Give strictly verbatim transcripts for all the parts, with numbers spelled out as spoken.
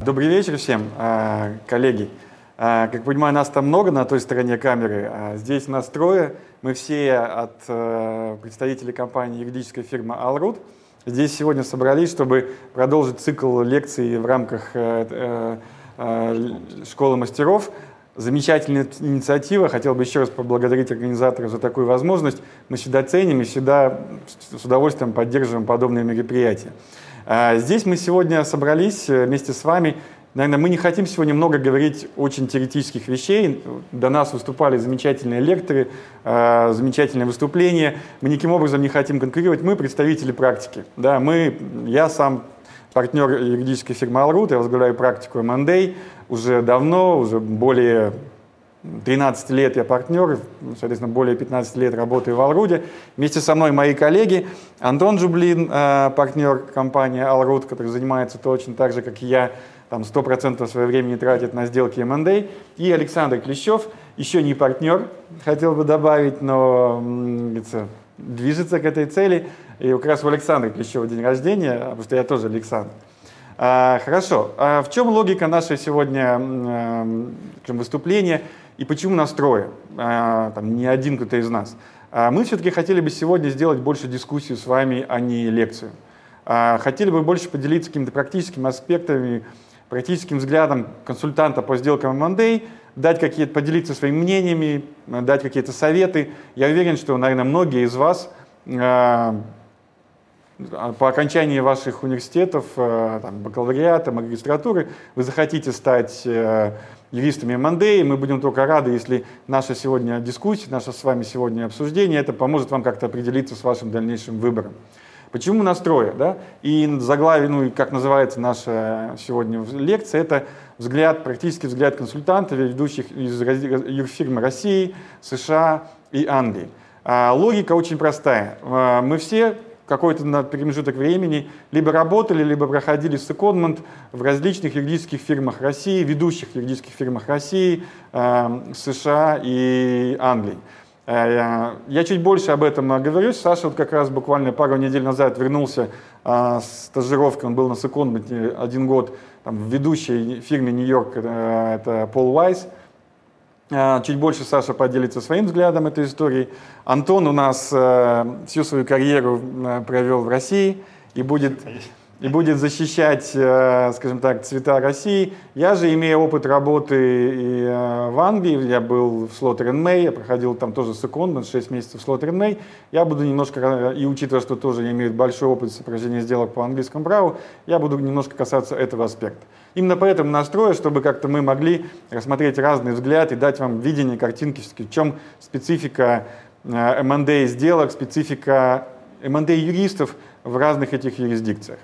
Добрый вечер всем, коллеги. Как понимаю, нас там много на той стороне камеры. Здесь нас трое. Мы все от представителей компании юридической фирмы Allroot. Здесь сегодня собрались, чтобы продолжить цикл лекций в рамках школы мастеров. Замечательная инициатива. Хотел бы еще раз поблагодарить организаторов за такую возможность. Мы всегда ценим и всегда с удовольствием поддерживаем подобные мероприятия. Здесь мы сегодня собрались вместе с вами. Наверное, мы не хотим сегодня много говорить очень теоретических вещей. До нас выступали замечательные лекторы, замечательные выступления. Мы никаким образом не хотим конкурировать. Мы представители практики. Да, мы, я сам партнер юридической фирмы Allroot, я возглавляю практику эм энд эй уже давно, уже более тринадцать лет я партнер, соответственно, более пятнадцати лет работаю в Allroot. Вместе со мной мои коллеги Антон Жублин, партнер компании Allroot, который занимается точно так же, как и я, там сто процентов своего времени тратит на сделки эм энд эй, и Александр Клещев, еще не партнер, хотел бы добавить, но говорится, движется к этой цели. И как раз у Александра Клещева день рождения, потому что я тоже Александр. А, хорошо. А в чем логика нашего сегодня а, выступления и почему нас трое? А, там, не один кто-то из нас. А, мы все-таки хотели бы сегодня сделать больше дискуссию с вами, а не лекцию. А, хотели бы больше поделиться какими-то практическими аспектами, практическим взглядом консультанта по сделкам эм энд эй, дать какие-то, поделиться своими мнениями, дать какие-то советы. Я уверен, что, наверное, многие из вас а, по окончании ваших университетов, там, бакалавриата, магистратуры, вы захотите стать юристами эм энд эй, мы будем только рады, если наша сегодня дискуссия, наше с вами сегодня обсуждение, это поможет вам как-то определиться с вашим дальнейшим выбором. Почему нас трое? Да? И заглавие, ну и как называется наша сегодня лекция, это взгляд, практический взгляд консультантов, ведущих из юрфирмы России, США и Англии. А логика очень простая. Мы все какой-то на промежуток времени либо работали, либо проходили секондмент в различных юридических фирмах России, ведущих юридических фирмах России, э, США и Англии. Э, я чуть больше об этом оговорюсь. Саша вот как раз буквально пару недель назад вернулся э, с стажировки, он был на секондменте один год там, в ведущей фирме Нью-Йорк, э, это Пол Вайс. Чуть больше Саша поделится своим взглядом этой истории. Антон у нас э, всю свою карьеру э, провел в России и будет, и будет защищать, э, скажем так, цвета России. Я же, имея опыт работы и, э, в Англии, я был в Slaughter энд May, я проходил там тоже секондмент, шесть месяцев в Slaughter энд May. Я буду немножко, и учитывая, что тоже я имею большой опыт сопровождения сделок по английскому праву, я буду немножко касаться этого аспекта. Именно поэтому настрою, чтобы как-то мы могли рассмотреть разные взгляды и дать вам видение картинки, в чем специфика эм энд эй сделок, специфика эм энд эй юристов в разных этих юрисдикциях.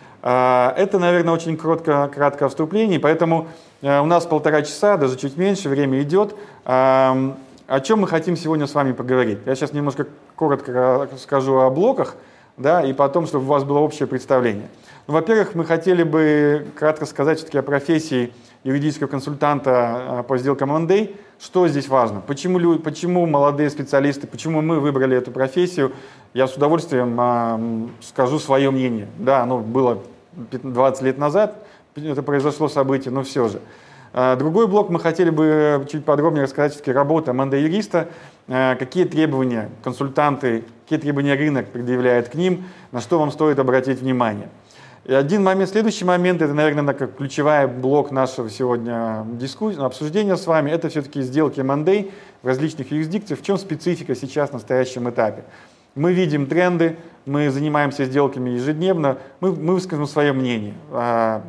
Это, наверное, очень коротко, краткое вступление, поэтому у нас полтора часа, даже чуть меньше, время идет. О чем мы хотим сегодня с вами поговорить? Я сейчас немножко коротко скажу о блоках, да, и потом, чтобы у вас было общее представление. Ну, во-первых, мы хотели бы кратко сказать все-таки о профессии юридического консультанта по сделкам эм энд эй. Что здесь важно? Почему, почему молодые специалисты, почему мы выбрали эту профессию? Я с удовольствием э, скажу свое мнение. Да, оно было двадцать лет назад, это произошло событие, но все же. Э, другой блок мы хотели бы чуть подробнее рассказать все-таки работу эм энд эй юриста, э, какие требования консультанты, какие требования рынок предъявляет к ним, на что вам стоит обратить внимание. И один момент, следующий момент, это, наверное, как ключевой блок нашего сегодня дискуссии, обсуждения с вами, это все-таки сделки эм энд эй в различных юрисдикциях. В чем специфика сейчас в настоящем этапе? Мы видим тренды, мы занимаемся сделками ежедневно, мы, мы выскажем свое мнение. А,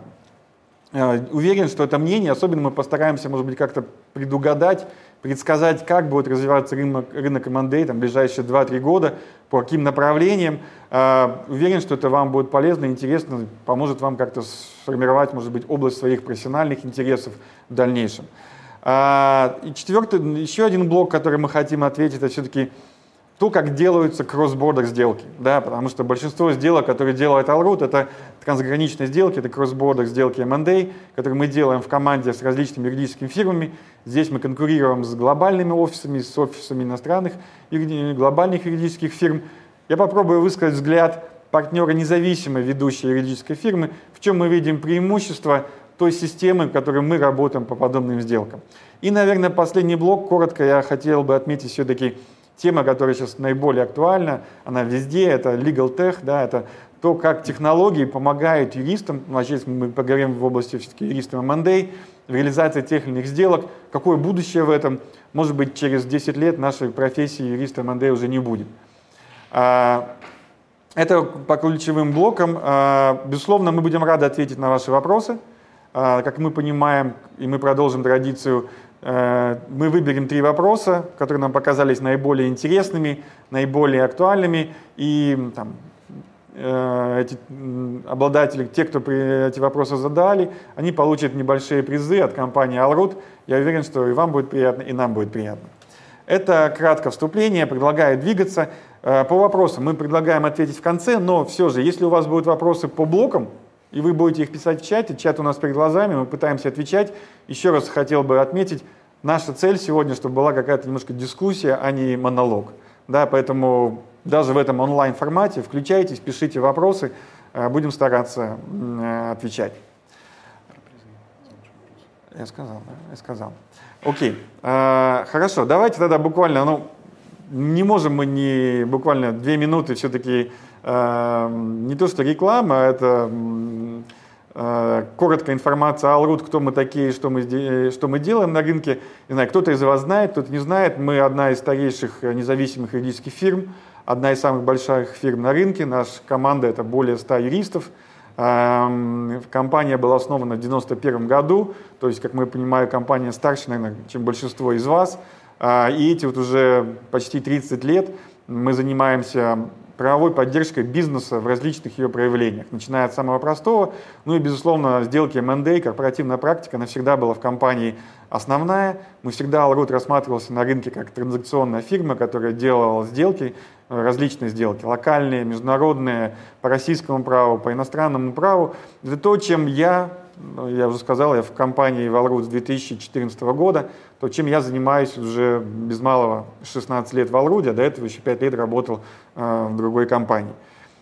а, уверен, что это мнение, особенно мы постараемся, может быть, как-то предугадать, предсказать, как будет развиваться рынок, рынок эм энд эй в ближайшие два-три года, по каким направлениям. Uh, уверен, что это вам будет полезно, интересно, поможет вам как-то сформировать, может быть, область своих профессиональных интересов в дальнейшем. Uh, и четвертый, еще один блок, который мы хотим ответить, это все-таки то, как делаются кросс-бордер сделки. Да, потому что большинство сделок, которые делает Allroot, это трансграничные сделки, это кросс-бордер сделки эм энд эй, которые мы делаем в команде с различными юридическими фирмами. Здесь мы конкурируем с глобальными офисами, с офисами иностранных глобальных юридических фирм. Я попробую высказать взгляд партнера независимой ведущей юридической фирмы, в чем мы видим преимущество той системы, в которой мы работаем по подобным сделкам. И, наверное, последний блок, коротко я хотел бы отметить все-таки тема, которая сейчас наиболее актуальна, она везде, это legal tech, да, это то, как технологии помогают юристам, ну, а сейчас мы поговорим в области все-таки юристов эм энд эй, в реализации тех или иных сделок, какое будущее в этом, может быть, через десять лет нашей профессии юриста эм энд эй уже не будет. Это по ключевым блокам. Безусловно, мы будем рады ответить на ваши вопросы. Как мы понимаем, и мы продолжим традицию, мы выберем три вопроса, которые нам показались наиболее интересными, наиболее актуальными, и там, эти обладатели, те, кто эти вопросы задали, они получат небольшие призы от компании Allroot. Я уверен, что и вам будет приятно, и нам будет приятно. Это краткое вступление, предлагаю двигаться. По вопросам мы предлагаем ответить в конце, но все же, если у вас будут вопросы по блокам, и вы будете их писать в чате, чат у нас перед глазами, мы пытаемся отвечать. Еще раз хотел бы отметить, наша цель сегодня, чтобы была какая-то немножко дискуссия, а не монолог. Да, поэтому даже в этом онлайн-формате включайтесь, пишите вопросы, будем стараться отвечать. Я сказал, да? Я сказал. Окей, хорошо, давайте тогда буквально, ну, не можем мы не буквально две минуты все-таки, не то что реклама, это короткая информация о Allroot, кто мы такие, что мы, что мы делаем на рынке. Не знаю, кто-то из вас знает, кто-то не знает. Мы одна из старейших независимых юридических фирм, одна из самых больших фирм на рынке. Наша команда — это более ста юристов. Компания была основана в девяносто первом году, то есть, как мы понимаем, компания старше, наверное, чем большинство из вас. И эти вот уже почти тридцать лет мы занимаемся правовой поддержкой бизнеса в различных ее проявлениях, начиная от самого простого, ну и, безусловно, сделки эм энд эй, корпоративная практика, она всегда была в компании основная. Мы всегда, Allroot рассматривался на рынке как транзакционная фирма, которая делала сделки, различные сделки, локальные, международные, по российскому праву, по иностранному праву. Это то, чем я, я уже сказал, я в компании в Allroot с две тысячи четырнадцатого года, то, чем я занимаюсь уже без малого шестнадцать лет в Allroot, а до этого еще пять лет работал э, в другой компании.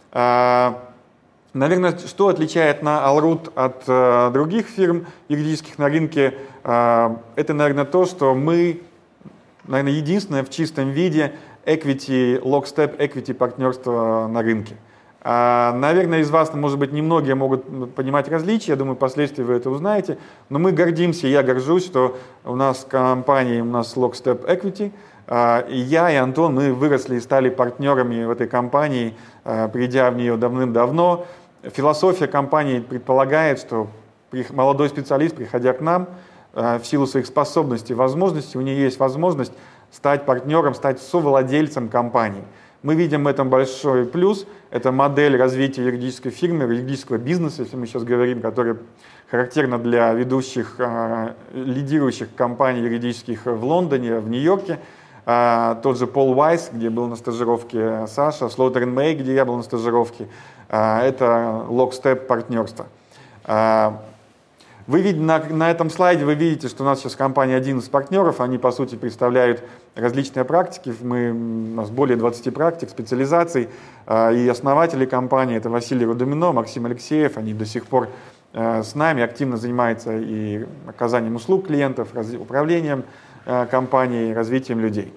Э, наверное, что отличает на Allroot от э, других фирм юридических на рынке, э, это, наверное, то, что мы, наверное, единственное в чистом виде equity, lockstep equity партнерство на рынке. А, наверное, из вас, может быть, немногие могут понимать различия, я думаю, впоследствии вы это узнаете, но мы гордимся, я горжусь, что у нас в компании у нас lockstep equity, а, и я и Антон, мы выросли и стали партнерами в этой компании, а, придя в нее давным-давно. Философия компании предполагает, что молодой специалист, приходя к нам, а, в силу своих способностей и возможностей, у нее есть возможность стать партнером, стать совладельцем компании. Мы видим в этом большой плюс. Это модель развития юридической фирмы, юридического бизнеса, если мы сейчас говорим, который характерна для ведущих, э, лидирующих компаний юридических в Лондоне, в Нью-Йорке. Э, тот же Пол Вайс, где был на стажировке Саша, Слоутер энд Мэй, где я был на стажировке. Э, это lockstep партнерство. Э, Вы видите, на, на этом слайде вы видите, что у нас сейчас компания один из партнеров, они по сути представляют различные практики, мы, у нас более двадцати практик, специализаций, э, и основатели компании это Василий Рудомино, Максим Алексеев, они до сих пор э, с нами активно занимаются и оказанием услуг клиентов, раз, управлением э, компанией, развитием людей.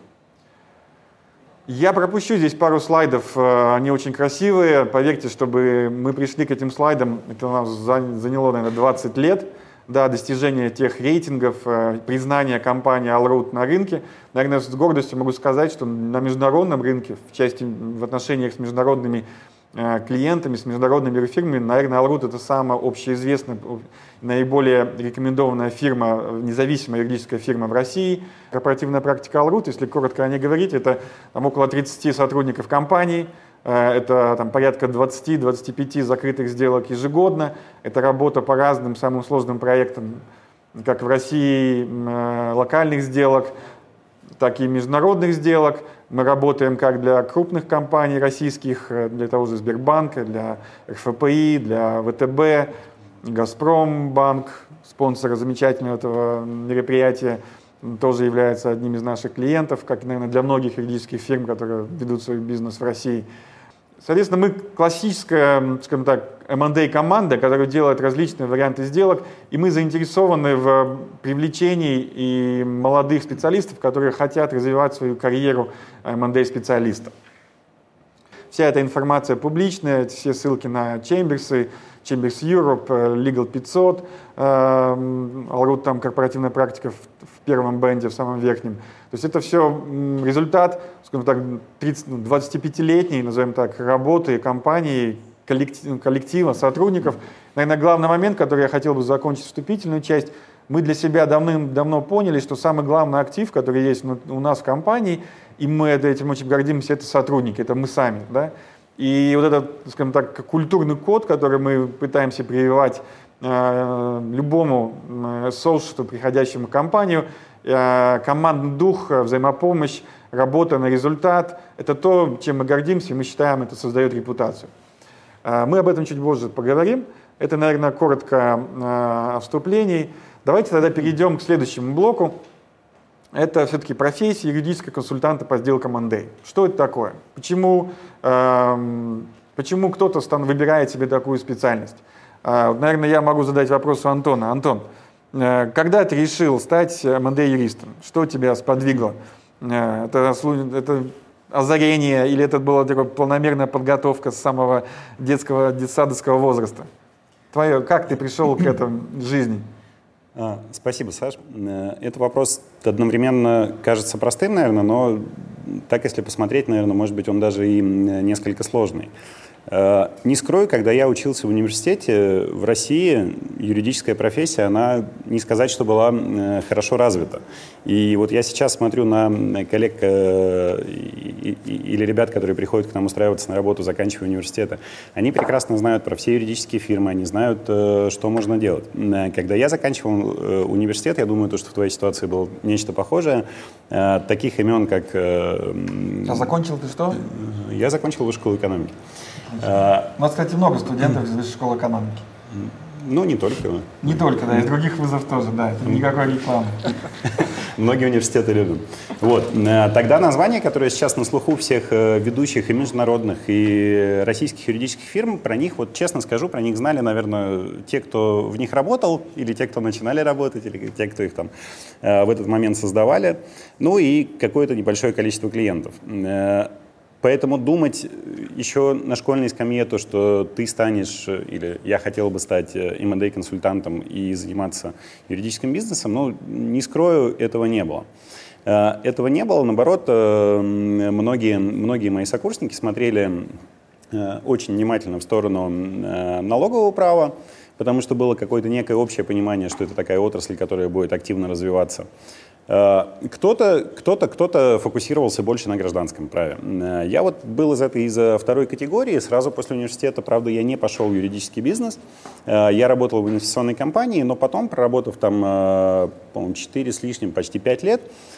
Я пропущу здесь пару слайдов, они очень красивые. Поверьте, чтобы мы пришли к этим слайдам, это у нас заняло, наверное, двадцать лет, да, достижения тех рейтингов, признания компании Allroot на рынке. Наверное, с гордостью могу сказать, что на международном рынке, в части в отношениях с международными клиентами, с международными фирмами, наверное, Allroot — это самая общеизвестная, наиболее рекомендованная фирма, независимая юридическая фирма в России. Корпоративная практика Allroot, если коротко о ней говорить, это там, около тридцати сотрудников компании, это там, порядка двадцати-двадцати пяти закрытых сделок ежегодно, это работа по разным самым сложным проектам, как в России, локальных сделок, так и международных сделок. Мы работаем как для крупных компаний российских, для того же Сбербанка, для эр эф пэ и, для вэ тэ бэ, Газпромбанк, спонсора замечательного этого мероприятия, тоже является одним из наших клиентов, как, наверное, для многих юридических фирм, которые ведут свой бизнес в России. Соответственно, мы классическая, скажем так, эм энд эй-команда, которая делает различные варианты сделок, и мы заинтересованы в привлечении и молодых специалистов, которые хотят развивать свою карьеру эм энд эй-специалиста. Вся эта информация публичная, все ссылки на Chambers, Chambers Europe, Legal пятьсот, Allroot там корпоративная практика в, в первом бенде, в самом верхнем. То есть это все результат, скажем так, двадцатипятилетней, назовем так, работы компании, коллектива, коллектива, сотрудников. Наверное, главный момент, который я хотел бы закончить вступительную часть, мы для себя давным-давно поняли, что самый главный актив, который есть у нас в компании, и мы этим очень гордимся, это сотрудники, это мы сами. Да? И вот этот, скажем так, культурный код, который мы пытаемся прививать э, любому э, сообществу, приходящему в компанию, э, командный дух, взаимопомощь, работа на результат, это то, чем мы гордимся, и мы считаем, это создает репутацию. Э, мы об этом чуть позже поговорим. Это, наверное, коротко э, о вступлении. Давайте тогда перейдем к следующему блоку. Это все-таки профессия юридического консультанта по сделкам эм энд эй. Что это такое? Почему, э, почему кто-то выбирает себе такую специальность? Э, вот, наверное, я могу задать вопрос у Антона. Антон, э, когда ты решил стать эм энд эй-юристом? Что тебя сподвигло? Э, это, это озарение или это была такая планомерная подготовка с самого детского, детсадовского возраста? Твое, как ты пришел к этому жизни? А, спасибо, Саш. Этот вопрос одновременно кажется простым, наверное, но так, если посмотреть, наверное, может быть, он даже и несколько сложный. Не скрою, когда я учился в университете, в России юридическая профессия, она, не сказать, что была хорошо развита. И вот я сейчас смотрю на коллег или ребят, которые приходят к нам устраиваться на работу, заканчивая университеты. Они прекрасно знают про все юридические фирмы, они знают, что можно делать. Когда я заканчивал университет, я думаю, что в твоей ситуации было нечто похожее. Таких имен, как... А закончил ты что? Я закончил высшую школу экономики. У нас, кстати, много студентов из высшей школы экономики. Ну, не только. Не только, да, из других вузов тоже, да, это никакой рекламы. Многие университеты любят. Вот. Тогда название, которое сейчас на слуху всех ведущих и международных, и российских юридических фирм, про них, вот честно скажу, про них знали, наверное, те, кто в них работал, или те, кто начинали работать, или те, кто их там в этот момент создавали, ну и какое-то небольшое количество клиентов. Поэтому думать еще на школьной скамье то, что ты станешь, или я хотел бы стать эм энд эй-консультантом и заниматься юридическим бизнесом, ну, не скрою, этого не было. Этого не было, наоборот, многие, многие мои сокурсники смотрели очень внимательно в сторону налогового права, потому что было какое-то некое общее понимание, что это такая отрасль, которая будет активно развиваться. Кто-то, кто-то, кто-то фокусировался больше на гражданском праве. Я вот был из этой, из второй категории. Сразу после университета, правда, я не пошел в юридический бизнес. Я работал в инвестиционной компании, но потом, проработав там, по-моему, четыре с лишним, почти пять лет,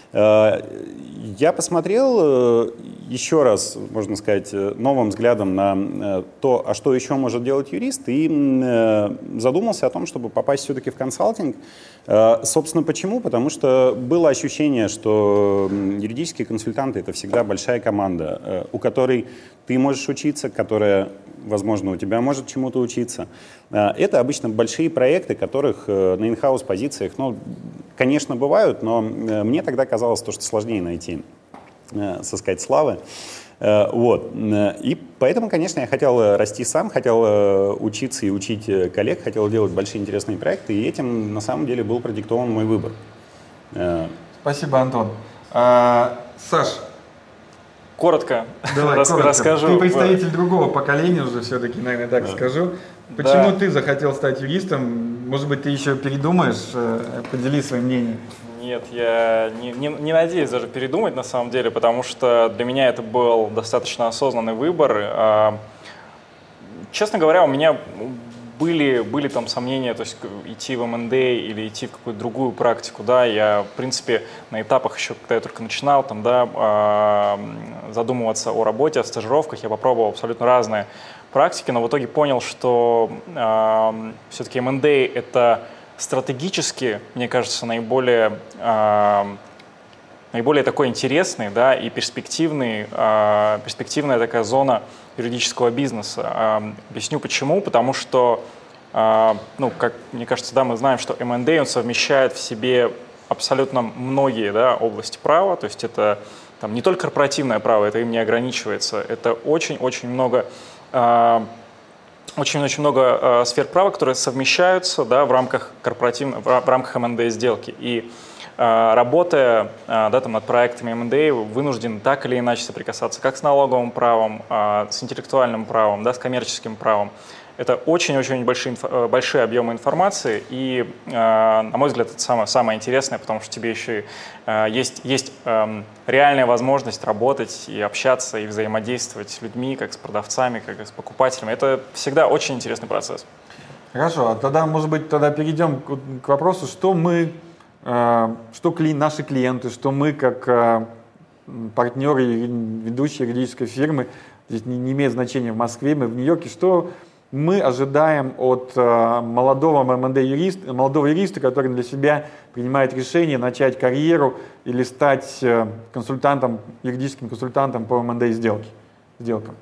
я посмотрел еще раз, можно сказать, новым взглядом на то, а что еще может делать юрист, и задумался о том, чтобы попасть все-таки в консалтинг. Собственно, почему? Потому что было ощущение, что юридические консультанты — это всегда большая команда, у которой ты можешь учиться, которая, возможно, у тебя может чему-то учиться. Это обычно большие проекты, которых на in-house позициях, ну, конечно, бывают, но мне тогда казалось, что сложнее найти, сыскать славы. Вот. И поэтому, конечно, я хотел расти сам, хотел учиться и учить коллег, хотел делать большие интересные проекты, и этим, на самом деле, был продиктован мой выбор. Спасибо, Антон. А, Саш, коротко, давай, рас, коротко. расскажу. Ты представитель другого поколения уже, все-таки, наверное, так да. скажу. Почему да. ты захотел стать юристом? Может быть, ты еще передумаешь? Поделись своим мнением. Нет, я не, не, не надеюсь даже передумать на самом деле, потому что для меня это был достаточно осознанный выбор. Честно говоря, у меня были, были там сомнения, то есть идти в эм энд эй или идти в какую-то другую практику. Да, я, в принципе, на этапах еще, когда я только начинал, там, да, задумываться о работе, о стажировках, я попробовал абсолютно разные практики, но в итоге понял, что все-таки эм энд эй — это стратегически, мне кажется, наиболее, э, наиболее такой интересный, да, и перспективный, э, перспективная такая зона юридического бизнеса. Э, объясню почему. Потому что, э, ну, как мне кажется, да, мы знаем, что эм энд эй, он совмещает в себе абсолютно многие, да, области права. То есть это там, не только корпоративное право, это им не ограничивается. Это очень-очень много... Э, Очень-очень много э, сфер права, которые совмещаются, да, в рамках корпоративной, в рамках эм энд эй сделки. И э, работая э, да, там, над проектами эм энд эй, вынужден так или иначе соприкасаться как с налоговым правом, э, с интеллектуальным правом, да, с коммерческим правом. Это очень-очень большие, инфо, большие объемы информации, и, э, на мой взгляд, это самое, самое интересное, потому что тебе еще и, э, есть, есть э, реальная возможность работать и общаться, и взаимодействовать с людьми, как с продавцами, как и с покупателями. Это всегда очень интересный процесс. Хорошо, а тогда, может быть, тогда перейдем к, к вопросу, что мы, э, что кли, наши клиенты, что мы, как э, партнеры, ведущие юридической фирмы, здесь не, не имеет значения в Москве, мы в Нью-Йорке, что мы ожидаем от э, молодого эм энд эй-юриста, молодого юриста, который для себя принимает решение начать карьеру или стать э, консультантом, юридическим консультантом по эм энд эй-сделке, сделкам.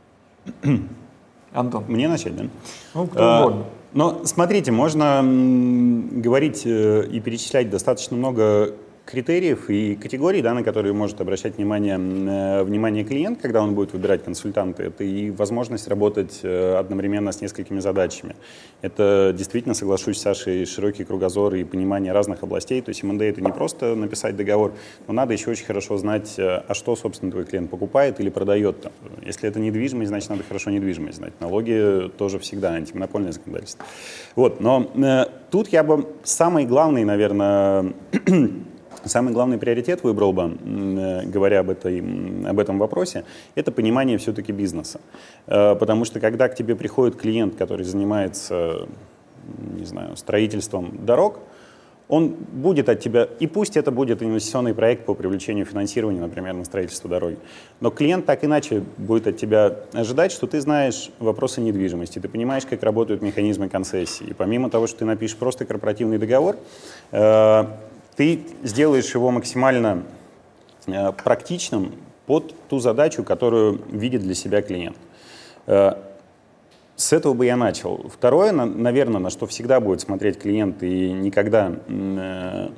Антон. Мне начать, да? Ну, кто угодно. Но смотрите, можно говорить и перечислять достаточно много критериев и категорий, да, на которые может обращать внимание, внимание клиент, когда он будет выбирать консультанта. Это и возможность работать одновременно с несколькими задачами. Это действительно, соглашусь с Сашей, широкий кругозор и понимание разных областей. То есть эм энд эй — это не просто написать договор, но надо еще очень хорошо знать, а что, собственно, твой клиент покупает или продает. Если это недвижимость, значит, надо хорошо недвижимость знать. Налоги тоже всегда, антимонопольное законодательство. Вот, но э, тут я бы самый главный, наверное, Самый главный приоритет выбрал бы, говоря об, этой, об этом вопросе, это понимание все-таки бизнеса. Потому что когда к тебе приходит клиент, который занимается, не знаю, строительством дорог, он будет от тебя, и пусть это будет инвестиционный проект по привлечению финансирования, например, на строительство дороги, но клиент так иначе будет от тебя ожидать, что ты знаешь вопросы недвижимости, ты понимаешь, как работают механизмы концессии. И помимо того, что ты напишешь просто корпоративный договор, ты сделаешь его максимально э, практичным под ту задачу, которую видит для себя клиент. Э, с этого бы я начал. Второе, на, наверное, на что всегда будет смотреть клиент и никогда, э,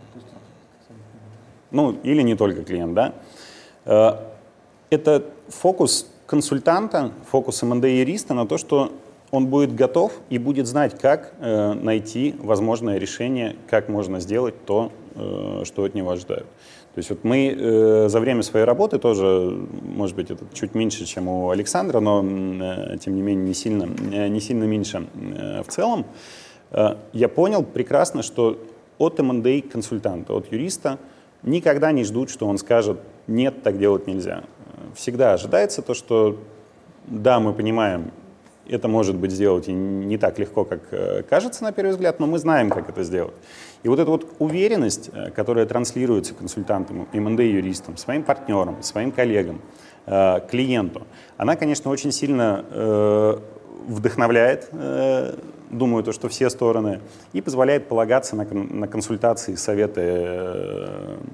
ну или не только клиент, да, э, это фокус консультанта, фокус эм энд эй-юриста на то, что он будет готов и будет знать, как э, найти возможное решение, как можно сделать то, э, что от него ожидают. То есть вот мы э, за время своей работы тоже, может быть, это чуть меньше, чем у Александра, но э, тем не менее не сильно, э, не сильно меньше э, в целом, э, я понял прекрасно, что от эм энд эй-консультанта, от юриста никогда не ждут, что он скажет «нет, так делать нельзя». Всегда ожидается то, что да, мы понимаем, это может быть сделать и не так легко, как кажется на первый взгляд, но мы знаем, как это сделать. И вот эта вот уверенность, которая транслируется консультантам, эм энд эй-юристам, своим партнерам, своим коллегам, клиенту, она, конечно, очень сильно вдохновляет, думаю, то, что все стороны, и позволяет полагаться на, на консультации, советы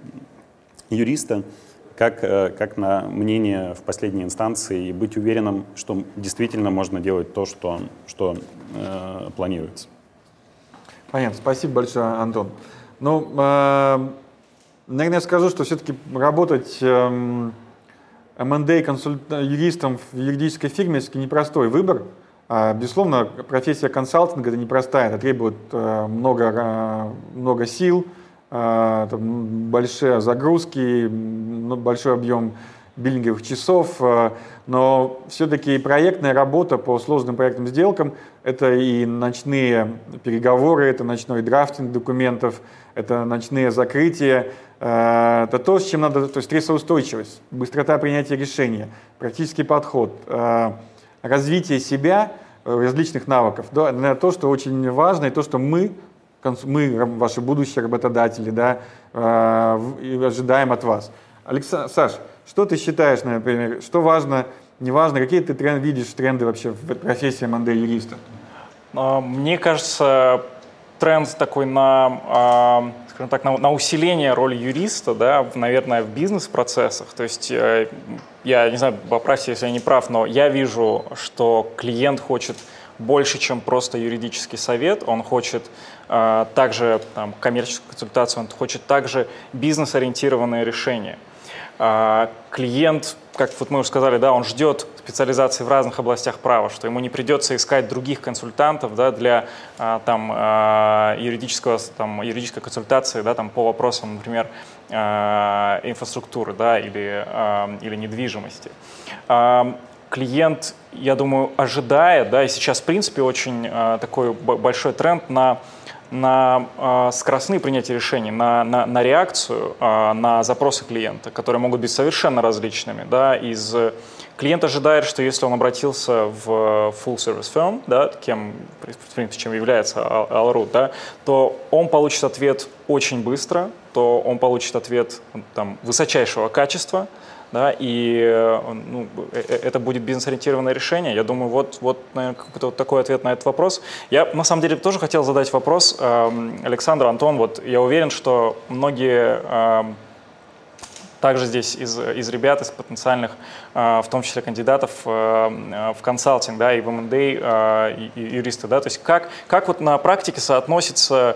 юриста, Как, как на мнение в последней инстанции, и быть уверенным, что действительно можно делать то, что, что э, планируется. Понятно. Спасибо большое, Антон. Ну, э, наверное, я скажу, что все-таки работать э, эм энд эй-юристом в юридической фирме — все-таки непростой выбор. А, безусловно, профессия консалтинга — это непростая, это требует э, много, э, много сил, там большие загрузки, большой объем биллинговых часов, но все-таки проектная работа по сложным проектным сделкам — это и ночные переговоры, это ночной драфтинг документов, это ночные закрытия, это то, с чем надо, то есть стрессоустойчивость, быстрота принятия решения, практический подход, развитие себя, различных навыков, да, то, что очень важно, и то, что мы мы, ваши будущие работодатели, да, э, ожидаем от вас. Александр, Саш, что ты считаешь, например, что важно, не важно, какие ты тренд, видишь тренды вообще в профессии эм энд эй-юриста? Мне кажется, тренд такой на, скажем так, на, на усиление роли юриста, да, наверное, в бизнес-процессах. То есть, э, я не знаю, поправьте, если я не прав, но я вижу, что клиент хочет больше, чем просто юридический совет, он хочет э, также там, коммерческую консультацию, он хочет также бизнес-ориентированные решения. Э, клиент, как вот мы уже сказали, да, он ждет специализации в разных областях права, что ему не придется искать других консультантов, да, для э, там, э, юридического, там, юридической консультации, да, там, по вопросам, например, э, инфраструктуры, да, или, э, или недвижимости. Э, Клиент, я думаю, ожидает, да, и сейчас, в принципе, очень э, такой большой тренд на, на э, скоростные принятия решений, на, на, на реакцию э, на запросы клиента, которые могут быть совершенно различными. Да, из, клиент ожидает, что если он обратился в full service firm, да, кем, в принципе, чем является All.Root, да, то он получит ответ очень быстро, то он получит ответ там, высочайшего качества, да, и ну, это будет бизнес-ориентированное решение. Я думаю, вот, вот наверное, какой-то вот такой ответ на этот вопрос. Я, на самом деле, тоже хотел задать вопрос. Александр, Антон, вот я уверен, что многие также здесь из, из ребят, из потенциальных, в том числе кандидатов в консалтинг, да, и в эм энд эй, и, и юристы, да, то есть как, как вот на практике соотносятся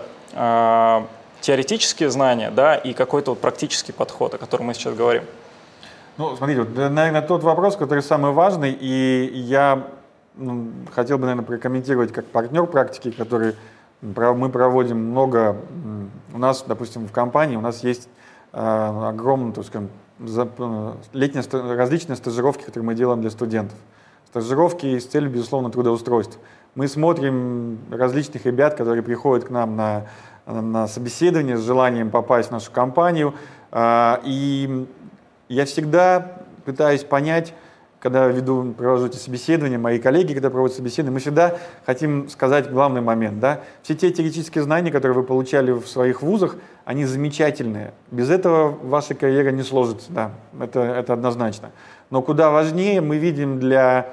теоретические знания, да, и какой-то вот практический подход, о котором мы сейчас говорим? Ну, смотрите, вот, наверное, тот вопрос, который самый важный, и я ну, хотел бы, наверное, прокомментировать как партнер практики, который мы проводим много. У нас, допустим, в компании у нас есть э, огромные, так скажем, летние различные стажировки, которые мы делаем для студентов. Стажировки с целью, безусловно, трудоустройства. Мы смотрим различных ребят, которые приходят к нам на, на собеседование с желанием попасть в нашу компанию, э, и я всегда пытаюсь понять, когда веду, провожу эти собеседования, мои коллеги, когда проводят собеседования, мы всегда хотим сказать главный момент. Да? Все те теоретические знания, которые вы получали в своих вузах, они замечательные. Без этого ваша карьера не сложится, да, это, это однозначно. Но куда важнее, мы видим для,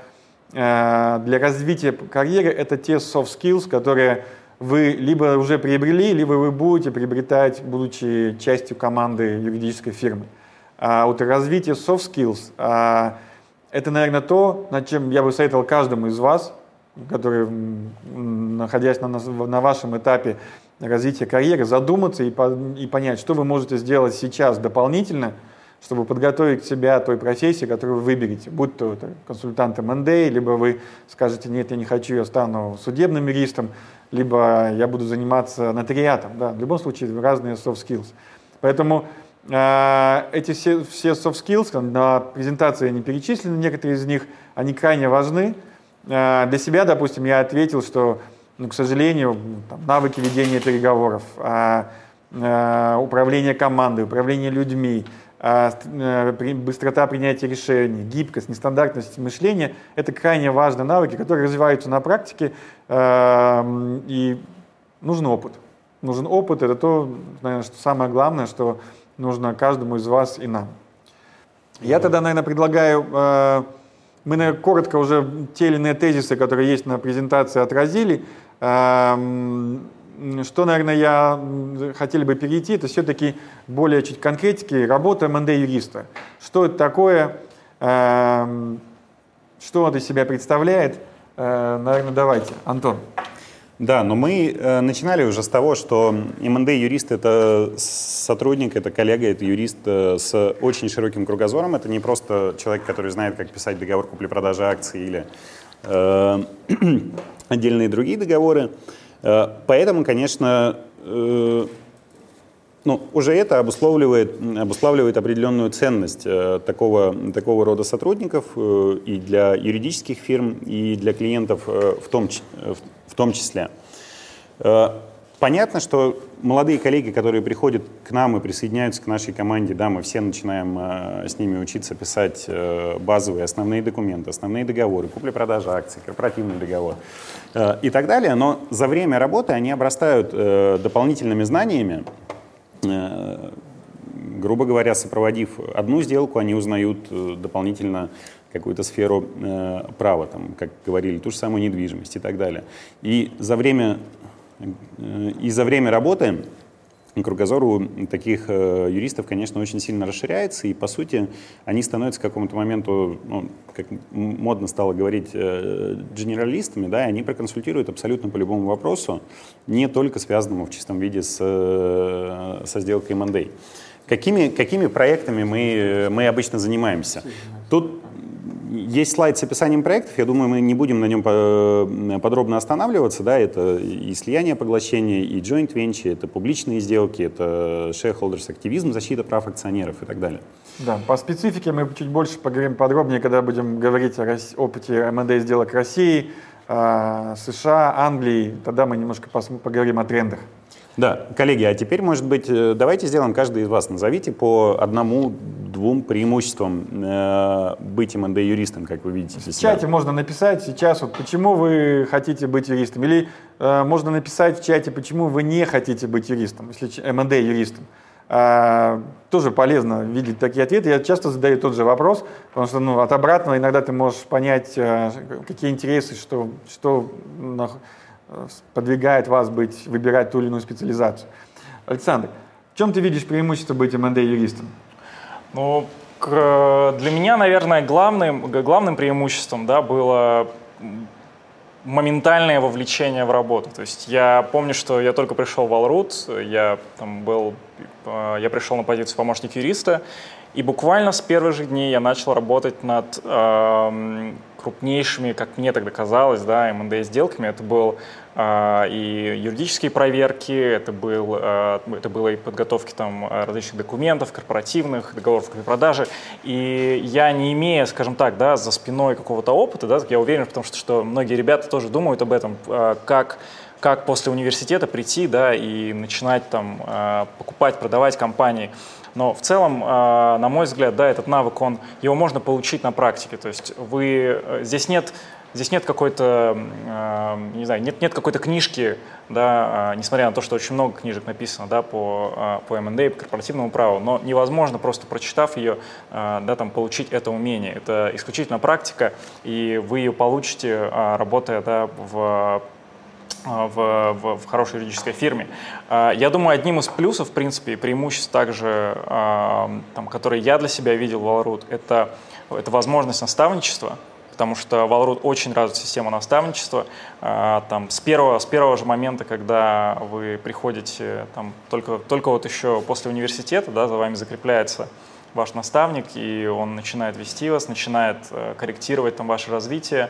для развития карьеры, это те soft skills, которые вы либо уже приобрели, либо вы будете приобретать, будучи частью команды юридической фирмы. А вот развитие soft skills а, это, наверное, то, над чем я бы советовал каждому из вас, который, находясь на, на вашем этапе развития карьеры, задуматься и, по, и понять, что вы можете сделать сейчас дополнительно, чтобы подготовить себя той профессии, которую вы выберете. Будь то это консультант эм энд эй, либо вы скажете, нет, я не хочу, я стану судебным юристом, либо я буду заниматься нотариатом. Да, в любом случае, разные soft skills. Поэтому эти все, все soft skills, на презентации не перечислены, некоторые из них, они крайне важны. Для себя, допустим, я ответил, что, ну, к сожалению, там, навыки ведения переговоров, управление командой, управление людьми, быстрота принятия решений, гибкость, нестандартность мышления – это крайне важные навыки, которые развиваются на практике, и нужен опыт. Нужен опыт – это то, наверное, что самое главное, что нужно каждому из вас и нам. Я тогда, наверное, предлагаю, э, мы, наверное, коротко уже те или иные тезисы, которые есть на презентации, отразили. Э, что, наверное, я хотели бы перейти, это все-таки более чуть конкретики, работа эм энд эй-юриста. Что это такое, э, что это из себя представляет? Э, наверное, давайте. Антон. Да, но мы э, начинали уже с того, что эм энд эй-юрист — это сотрудник, это коллега, это юрист э, с очень широким кругозором. Это не просто человек, который знает, как писать договор купли-продажи акций или э, отдельные другие договоры. Э, поэтому, конечно, э, ну, уже это обусловливает, обуславливает определенную ценность э, такого, такого рода сотрудников э, и для юридических фирм, и для клиентов э, в том числе. В том числе. Понятно, что молодые коллеги, которые приходят к нам и присоединяются к нашей команде, да, мы все начинаем э, с ними учиться писать э, базовые основные документы, основные договоры, купли-продажи акций, корпоративный договор э, и так далее, но за время работы они обрастают э, дополнительными знаниями. Э, грубо говоря, сопроводив одну сделку, они узнают э, дополнительно какую-то сферу э, права, там, как говорили, ту же самую недвижимость и так далее. И за время, э, и за время работы кругозор у таких э, юристов, конечно, очень сильно расширяется, и, по сути, они становятся к какому-то моменту, ну, как модно стало говорить, э, генералистами, да, и они проконсультируют абсолютно по любому вопросу, не только связанному в чистом виде с, э, со сделкой эм энд эй. Какими, какими проектами мы, мы обычно занимаемся? Тут есть слайд с описанием проектов, я думаю, мы не будем на нем подробно останавливаться, да, это и слияние, поглощение, и joint venture, это публичные сделки, это shareholders активизм, защита прав акционеров и так далее. Да, по специфике мы чуть больше поговорим подробнее, когда будем говорить о России, опыте эм энд эй сделок России, США, Англии, тогда мы немножко поговорим о трендах. Да, коллеги, а теперь, может быть, давайте сделаем, каждый из вас назовите по одному-двум преимуществам э, быть эм энд эй-юристом, как вы видите. В чате можно написать сейчас, вот, почему вы хотите быть юристом, или э, можно написать в чате, почему вы не хотите быть юристом, если эм энд эй-юристом. Э, тоже полезно видеть такие ответы. Я часто задаю тот же вопрос, потому что ну, от обратного иногда ты можешь понять, э, какие интересы, что... что подвигает вас быть, выбирать ту или иную специализацию. Александр, в чем ты видишь преимущество быть эм энд эй-юристом? Ну, к, для меня, наверное, главным, главным преимуществом да, было моментальное вовлечение в работу. То есть я помню, что я только пришел в Алрут, я, там был, я пришел на позицию помощника юриста, и буквально с первых же дней я начал работать над э, крупнейшими, как мне тогда казалось, да, эм энд эй-сделками. Это был э, и юридические проверки, это, был, э, это было и подготовки там, различных документов, корпоративных, договоров купли-продажи. И я, не имея, скажем так, да, за спиной какого-то опыта, да, я уверен, потому что, что многие ребята тоже думают об этом, э, как как после университета прийти, да, и начинать там э, покупать, продавать компании. Но в целом, э, на мой взгляд, да, этот навык, он, его можно получить на практике. То есть вы, здесь нет, здесь нет какой-то, э, не знаю, нет, нет какой-то книжки, да, э, несмотря на то, что очень много книжек написано, да, по, э, по эм энд эй, по корпоративному праву, но невозможно просто прочитав ее, э, да, там, получить это умение. Это исключительно практика, и вы ее получите, э, работая, да, в В, в, в хорошей юридической фирме. Я думаю, одним из плюсов, в принципе, и преимуществ также, там, которые я для себя видел в Алрут, это, это возможность наставничества, потому что в Алрут очень развита система наставничества. Там, с, первого, с первого же момента, когда вы приходите, там, только, только вот еще после университета, да, за вами закрепляется ваш наставник, и он начинает вести вас, начинает корректировать там, ваше развитие.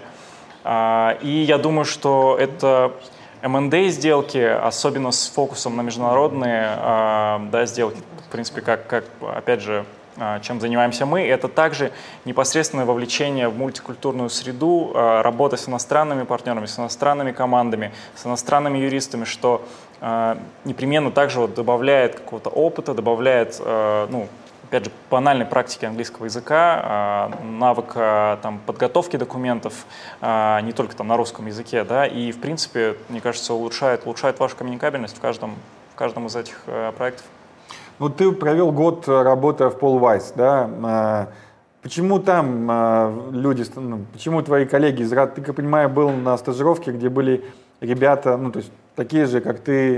И я думаю, что это эм энд эй-сделки, особенно с фокусом на международные да, сделки, в принципе, как, как, опять же, чем занимаемся мы, это также непосредственное вовлечение в мультикультурную среду, работа с иностранными партнерами, с иностранными командами, с иностранными юристами, что непременно также вот добавляет какого-то опыта, добавляет, ну, опять же, банальной практики английского языка, навыка там, подготовки документов, не только там, на русском языке, да, и, в принципе, мне кажется, улучшает, улучшает вашу коммуникабельность в каждом, в каждом из этих проектов. Ну, ты провел год, работая в Paul Weiss, да, почему там люди, ну, почему твои коллеги из РАД, ты, как я понимаю, был на стажировке, где были ребята, ну, то есть такие же, как ты,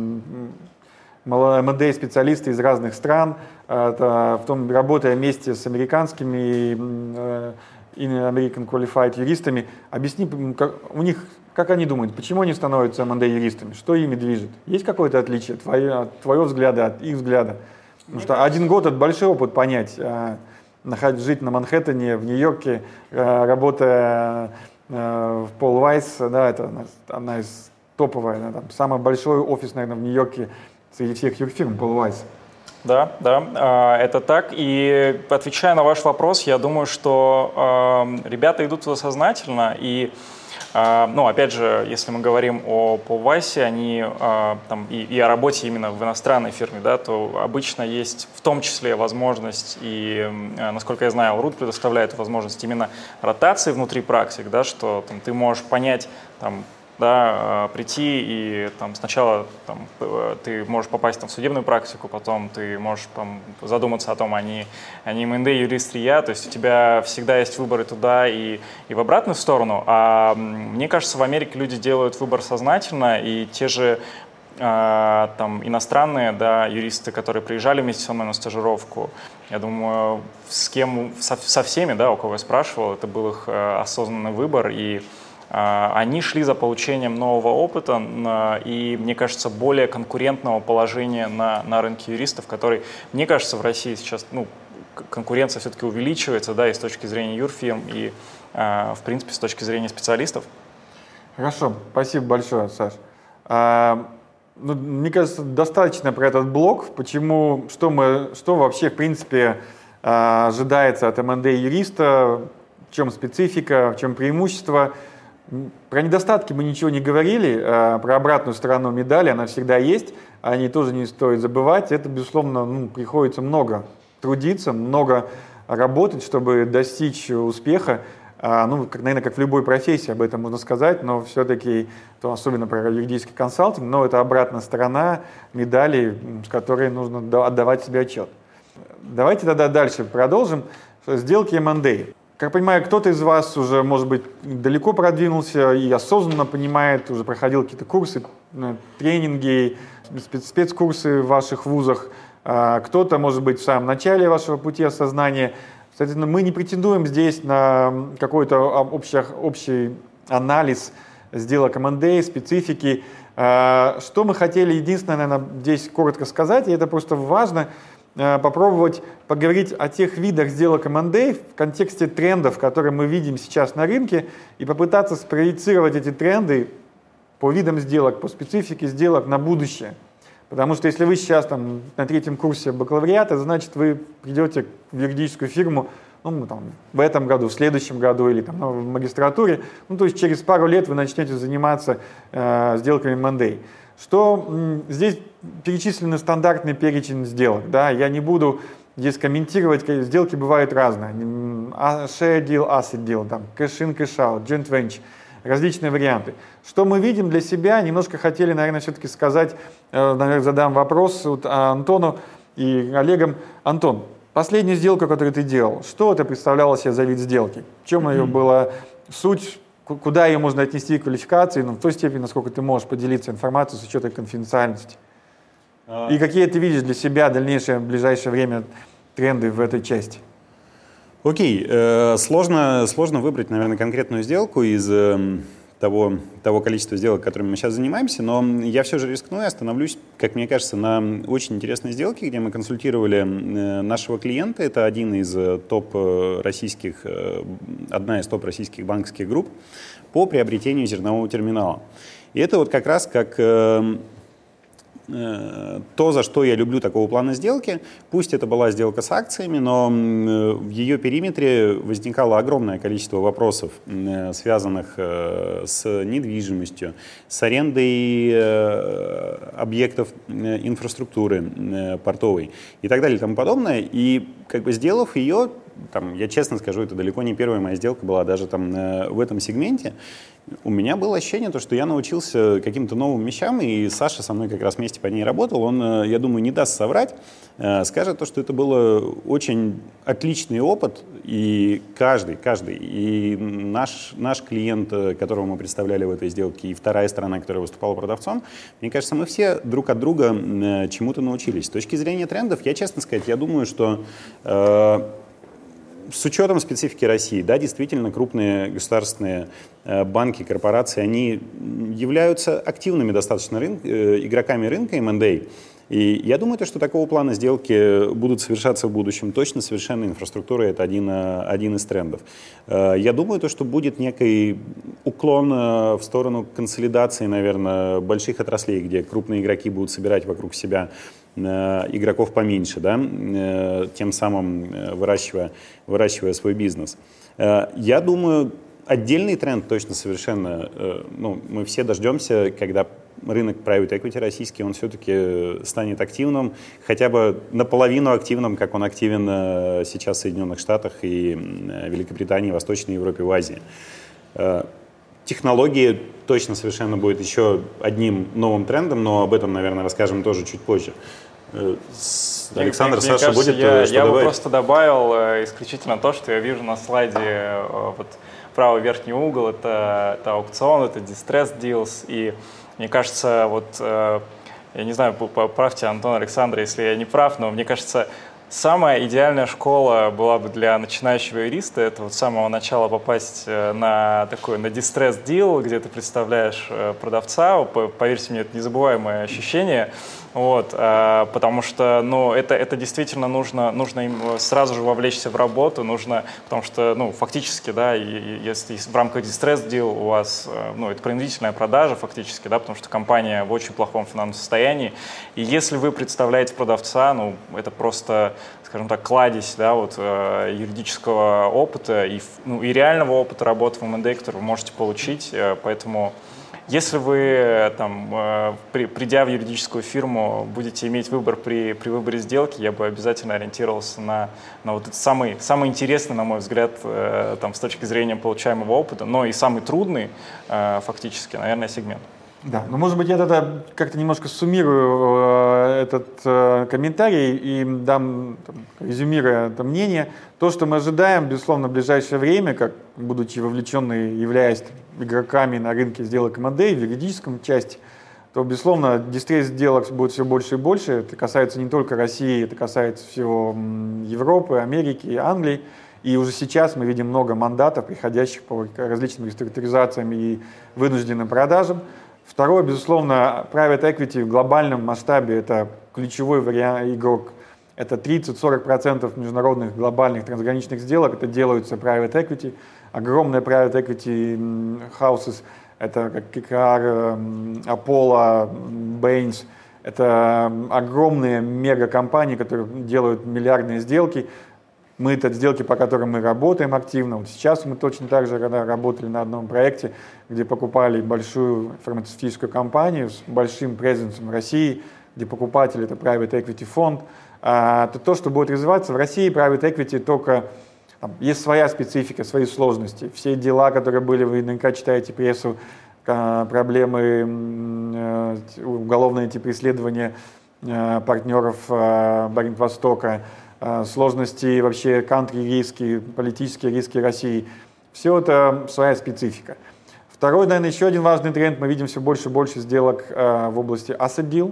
эм энд эй-специалисты из разных стран, в том, работая вместе с американскими и American Qualified юристами, объясни, как, у них, как они думают, почему они становятся эм энд эй-юристами, что ими движет? Есть какое-то отличие твое, от твоего взгляда, от их взгляда? Потому что один год — это большой опыт понять, жить на Манхэттене, в Нью-Йорке, работая в Paul Weiss, да, это одна из топовая, да, там, самый большой офис, наверное, в Нью-Йорке среди всех юрфирм, Paul Weiss. Да, да, это так. И отвечая на ваш вопрос, я думаю, что э, ребята идут туда сознательно. И, э, ну, опять же, если мы говорим о Paul Weiss, они э, там, и, и о работе именно в иностранной фирме, да, то обычно есть в том числе возможность, и, э, насколько я знаю, Алрут предоставляет возможность именно ротации внутри практик, да, что там, ты можешь понять, там, да, прийти и там, сначала там, ты можешь попасть там, в судебную практику, потом ты можешь там, задуматься о том, а не, а не эм энд эй-юрист ли я, то есть у тебя всегда есть выборы туда и, и в обратную сторону, а мне кажется, в Америке люди делают выбор сознательно, и те же э, там иностранные, да, юристы, которые приезжали вместе со мной на стажировку. Я думаю, с кем, со, со всеми, да, у кого я спрашивал, это был их э, осознанный выбор, и э, они шли за получением нового опыта на, и, мне кажется, более конкурентного положения на, на рынке юристов, который, мне кажется, в России сейчас, ну, конкуренция все-таки увеличивается, да, и с точки зрения юрфирм, и, э, в принципе, с точки зрения специалистов. Хорошо, спасибо большое, Саш. А, ну, мне кажется, достаточно про этот блок. Почему, что, мы, что вообще, в принципе, ожидается от эм энд эй юриста, в чем специфика, в чем преимущество. Про недостатки мы ничего не говорили, а про обратную сторону медали, она всегда есть, о ней тоже не стоит забывать. Это, безусловно, ну, приходится много трудиться, много работать, чтобы достичь успеха. Ну, как, наверное, как в любой профессии, об этом можно сказать, но все-таки, то особенно про юридический консалтинг, но это обратная сторона медали, с которой нужно отдавать себе отчет. Давайте тогда дальше продолжим. Сделки эм энд эй. Как понимаю, кто-то из вас уже, может быть, далеко продвинулся и осознанно понимает, уже проходил какие-то курсы, тренинги, спецкурсы в ваших вузах. Кто-то, может быть, в самом начале вашего пути осознания. Соответственно, мы не претендуем здесь на какой-то общий, общий анализ сделок эм энд эй, специфики. Что мы хотели, единственное, наверное, здесь коротко сказать, и это просто важно, попробовать поговорить о тех видах сделок эм энд эй в контексте трендов, которые мы видим сейчас на рынке, и попытаться спроецировать эти тренды по видам сделок, по специфике сделок на будущее. Потому что если вы сейчас там, на третьем курсе бакалавриата, значит, вы придете в юридическую фирму ну, там, в этом году, в следующем году или там, ну, в магистратуре. Ну, то есть через пару лет вы начнете заниматься э, сделками эм энд эй. Что м, здесь перечислены стандартный перечень сделок. Да? Я не буду здесь комментировать, сделки бывают разные. Share deal, asset deal, там, cash in, cash out, joint venture. Различные варианты. Что мы видим для себя, немножко хотели, наверное, все-таки сказать, наверное, задам вопрос вот Антону и коллегам. Антон, последнюю сделку, которую ты делал, что это представляло себе за вид сделки? В чем ее была суть, куда ее можно отнести к квалификации, ну, в той степени, насколько ты можешь поделиться информацией с учетом конфиденциальности? А... И какие ты видишь для себя в дальнейшее, в ближайшее время тренды в этой части? Окей, э, сложно, сложно выбрать, наверное, конкретную сделку из э, того, того количества сделок, которыми мы сейчас занимаемся, но я все же рискну и остановлюсь, как мне кажется, на очень интересной сделке, где мы консультировали э, нашего клиента. Это один из э, топ российских, э, одна из топ российских банковских групп по приобретению зернового терминала. И это вот как раз как... Э, то, за что я люблю такого плана сделки, пусть это была сделка с акциями, но в ее периметре возникало огромное количество вопросов, связанных с недвижимостью, с арендой объектов инфраструктуры портовой и так далее и тому подобное. И как бы сделав ее, там, я честно скажу, это далеко не первая моя сделка была даже там в этом сегменте, у меня было ощущение, что я научился каким-то новым вещам, и Саша со мной как раз вместе по ней работал. Он, я думаю, не даст соврать, скажет то, что это был очень отличный опыт, и каждый, каждый, и наш, наш клиент, которого мы представляли в этой сделке, и вторая сторона, которая выступала продавцом, мне кажется, мы все друг от друга чему-то научились. С точки зрения трендов, я, честно сказать, я думаю, что... С учетом специфики России, да, действительно, крупные государственные э, банки, корпорации, они являются активными достаточно рын, э, игроками рынка эм энд эй. И я думаю, то, что такого плана сделки будут совершаться в будущем. Точно совершенно инфраструктура — это один, один из трендов. Э, я думаю, то, что будет некий уклон э, в сторону консолидации, наверное, больших отраслей, где крупные игроки будут собирать вокруг себя игроков поменьше, да, тем самым выращивая, выращивая свой бизнес. Я думаю, отдельный тренд точно совершенно, ну, мы все дождемся, когда рынок private equity российский, он все-таки станет активным, хотя бы наполовину активным, как он активен сейчас в Соединенных Штатах и Великобритании, Восточной Европе, в Азии. Технологии точно совершенно будет еще одним новым трендом, но об этом, наверное, расскажем тоже чуть позже. Александр, мне, Саша, мне кажется, будет я, что я добавить? бы просто добавил э, исключительно то, что я вижу на слайде, э, вот правый верхний угол, это, это аукцион, это distressed deals, и мне кажется, вот э, я не знаю, поправьте, Антон, Александр, если я не прав, но мне кажется, самая идеальная школа была бы для начинающего юриста — это вот с самого начала попасть на такой, на distress deal, где ты представляешь продавца. Поверьте мне, это незабываемое ощущение. Вот, потому что, ну, это, это действительно нужно, нужно им сразу же вовлечься в работу, нужно, потому что, ну, фактически, да, если в рамках distress deal у вас, ну, это принудительная продажа фактически, да, потому что компания в очень плохом финансовом состоянии, и если вы представляете продавца, ну, это просто, скажем так, кладезь, да, вот, юридического опыта и, ну, и реального опыта работы в эм энд эй, который вы можете получить, поэтому... Если вы, там, при, придя в юридическую фирму, будете иметь выбор при, при выборе сделки, я бы обязательно ориентировался на, на вот этот самый, самый интересный, на мой взгляд, там, с точки зрения получаемого опыта, но и самый трудный, фактически, наверное, сегмент. Да, но, может быть, я тогда как-то немножко суммирую э, этот э, комментарий и дам, там, резюмируя это мнение. То, что мы ожидаем, безусловно, в ближайшее время, как будучи вовлеченными, являясь игроками на рынке сделок эм энд эй в юридическом части, то, безусловно, дистресс-сделок будет все больше и больше. Это касается не только России, это касается всего Европы, Америки, Англии. И уже сейчас мы видим много мандатов, приходящих по различным реструктуризациям и вынужденным продажам. Второе, безусловно, private equity в глобальном масштабе — это ключевой вариант, игрок. Это тридцать-сорок процентов международных глобальных трансграничных сделок, это делаются private equity. Огромные private equity houses, это как кей кей ар, Apollo, Bain, это огромные мегакомпании, которые делают миллиардные сделки. Мы это сделки, по которым мы работаем активно. Вот сейчас мы точно так же работали на одном проекте, где покупали большую фармацевтическую компанию с большим презенсом в России, где покупатель — это private equity фонд. А, это то, что будет развиваться. В России private equity только... Там, есть своя специфика, свои сложности. Все дела, которые были, вы наверняка читаете прессу, проблемы, уголовные эти преследования партнеров Баренц-Востока, сложности вообще кантри-риски, политические риски России. Все это своя специфика. Второй, наверное, еще один важный тренд. Мы видим все больше и больше сделок в области asset deal,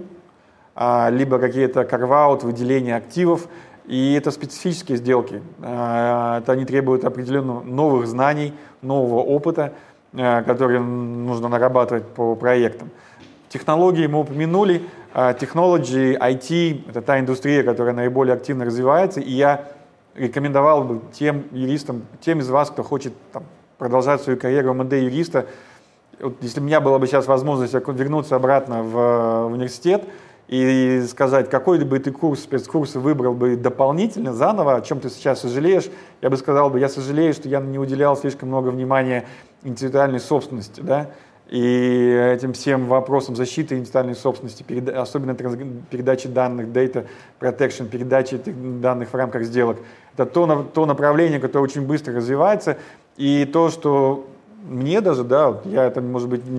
либо какие-то carve-out, выделения активов. И это специфические сделки. Это они требуют определенных новых знаний, нового опыта, которые нужно нарабатывать по проектам. Технологии мы упомянули. Technology, ай ти — это та индустрия, которая наиболее активно развивается, и я рекомендовал бы тем юристам, тем из вас, кто хочет там продолжать свою карьеру эм энд эй юриста, вот, если у меня была бы сейчас возможность вернуться обратно в университет и сказать, какой бы ты курс, спецкурс выбрал бы дополнительно, заново, о чем ты сейчас сожалеешь, я бы сказал бы, я сожалею, что я не уделял слишком много внимания интеллектуальной собственности, да, и этим всем вопросам защиты интеллектуальной собственности, переда- особенно транс- передачи данных, data protection, передачи этих данных в рамках сделок, это то, то направление, которое очень быстро развивается, и то, что мне даже, да, вот я это, может быть,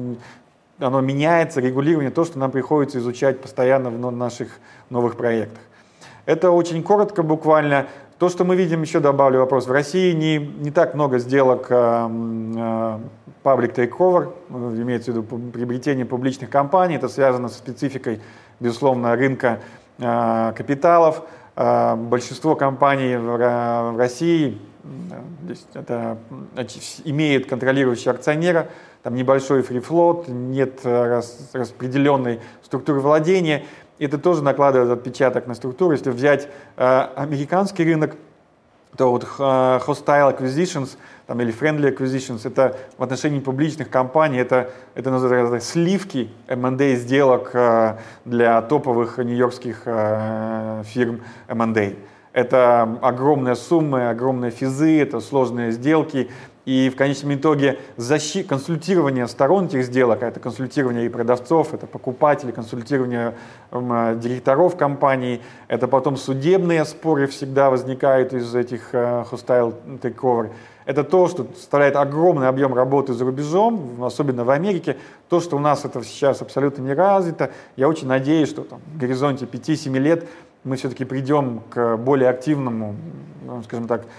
оно меняется, регулирование, то, что нам приходится изучать постоянно в наших новых проектах. Это очень коротко, буквально. То, что мы видим, еще добавлю вопрос. В России не, не так много сделок э, э, public takeover, имеется в виду приобретение публичных компаний. Это связано со спецификой, безусловно, рынка э, капиталов. Э, большинство компаний в, в России э, это, имеет контролирующего акционера. Там небольшой фри-флот, нет рас, распределенной структуры владения. Это тоже накладывает отпечаток на структуру. Если взять э, американский рынок, то вот э, hostile acquisitions там, или friendly acquisitions, это в отношении публичных компаний, это, это называется сливки эм энд эй сделок э, для топовых нью-йоркских э, фирм эм энд эй. Это огромные суммы, огромные физы, это сложные сделки. И в конечном итоге защи, консультирование сторон этих сделок, это консультирование и продавцов, это покупателей, консультирование э, директоров компаний, это потом судебные споры всегда возникают из этих э, hostile takeover. Это то, что составляет огромный объем работы за рубежом, особенно в Америке. То, что у нас это сейчас абсолютно не развито. Я очень надеюсь, что там, в горизонте пяти-семи лет мы все-таки придем к более активному, скажем так,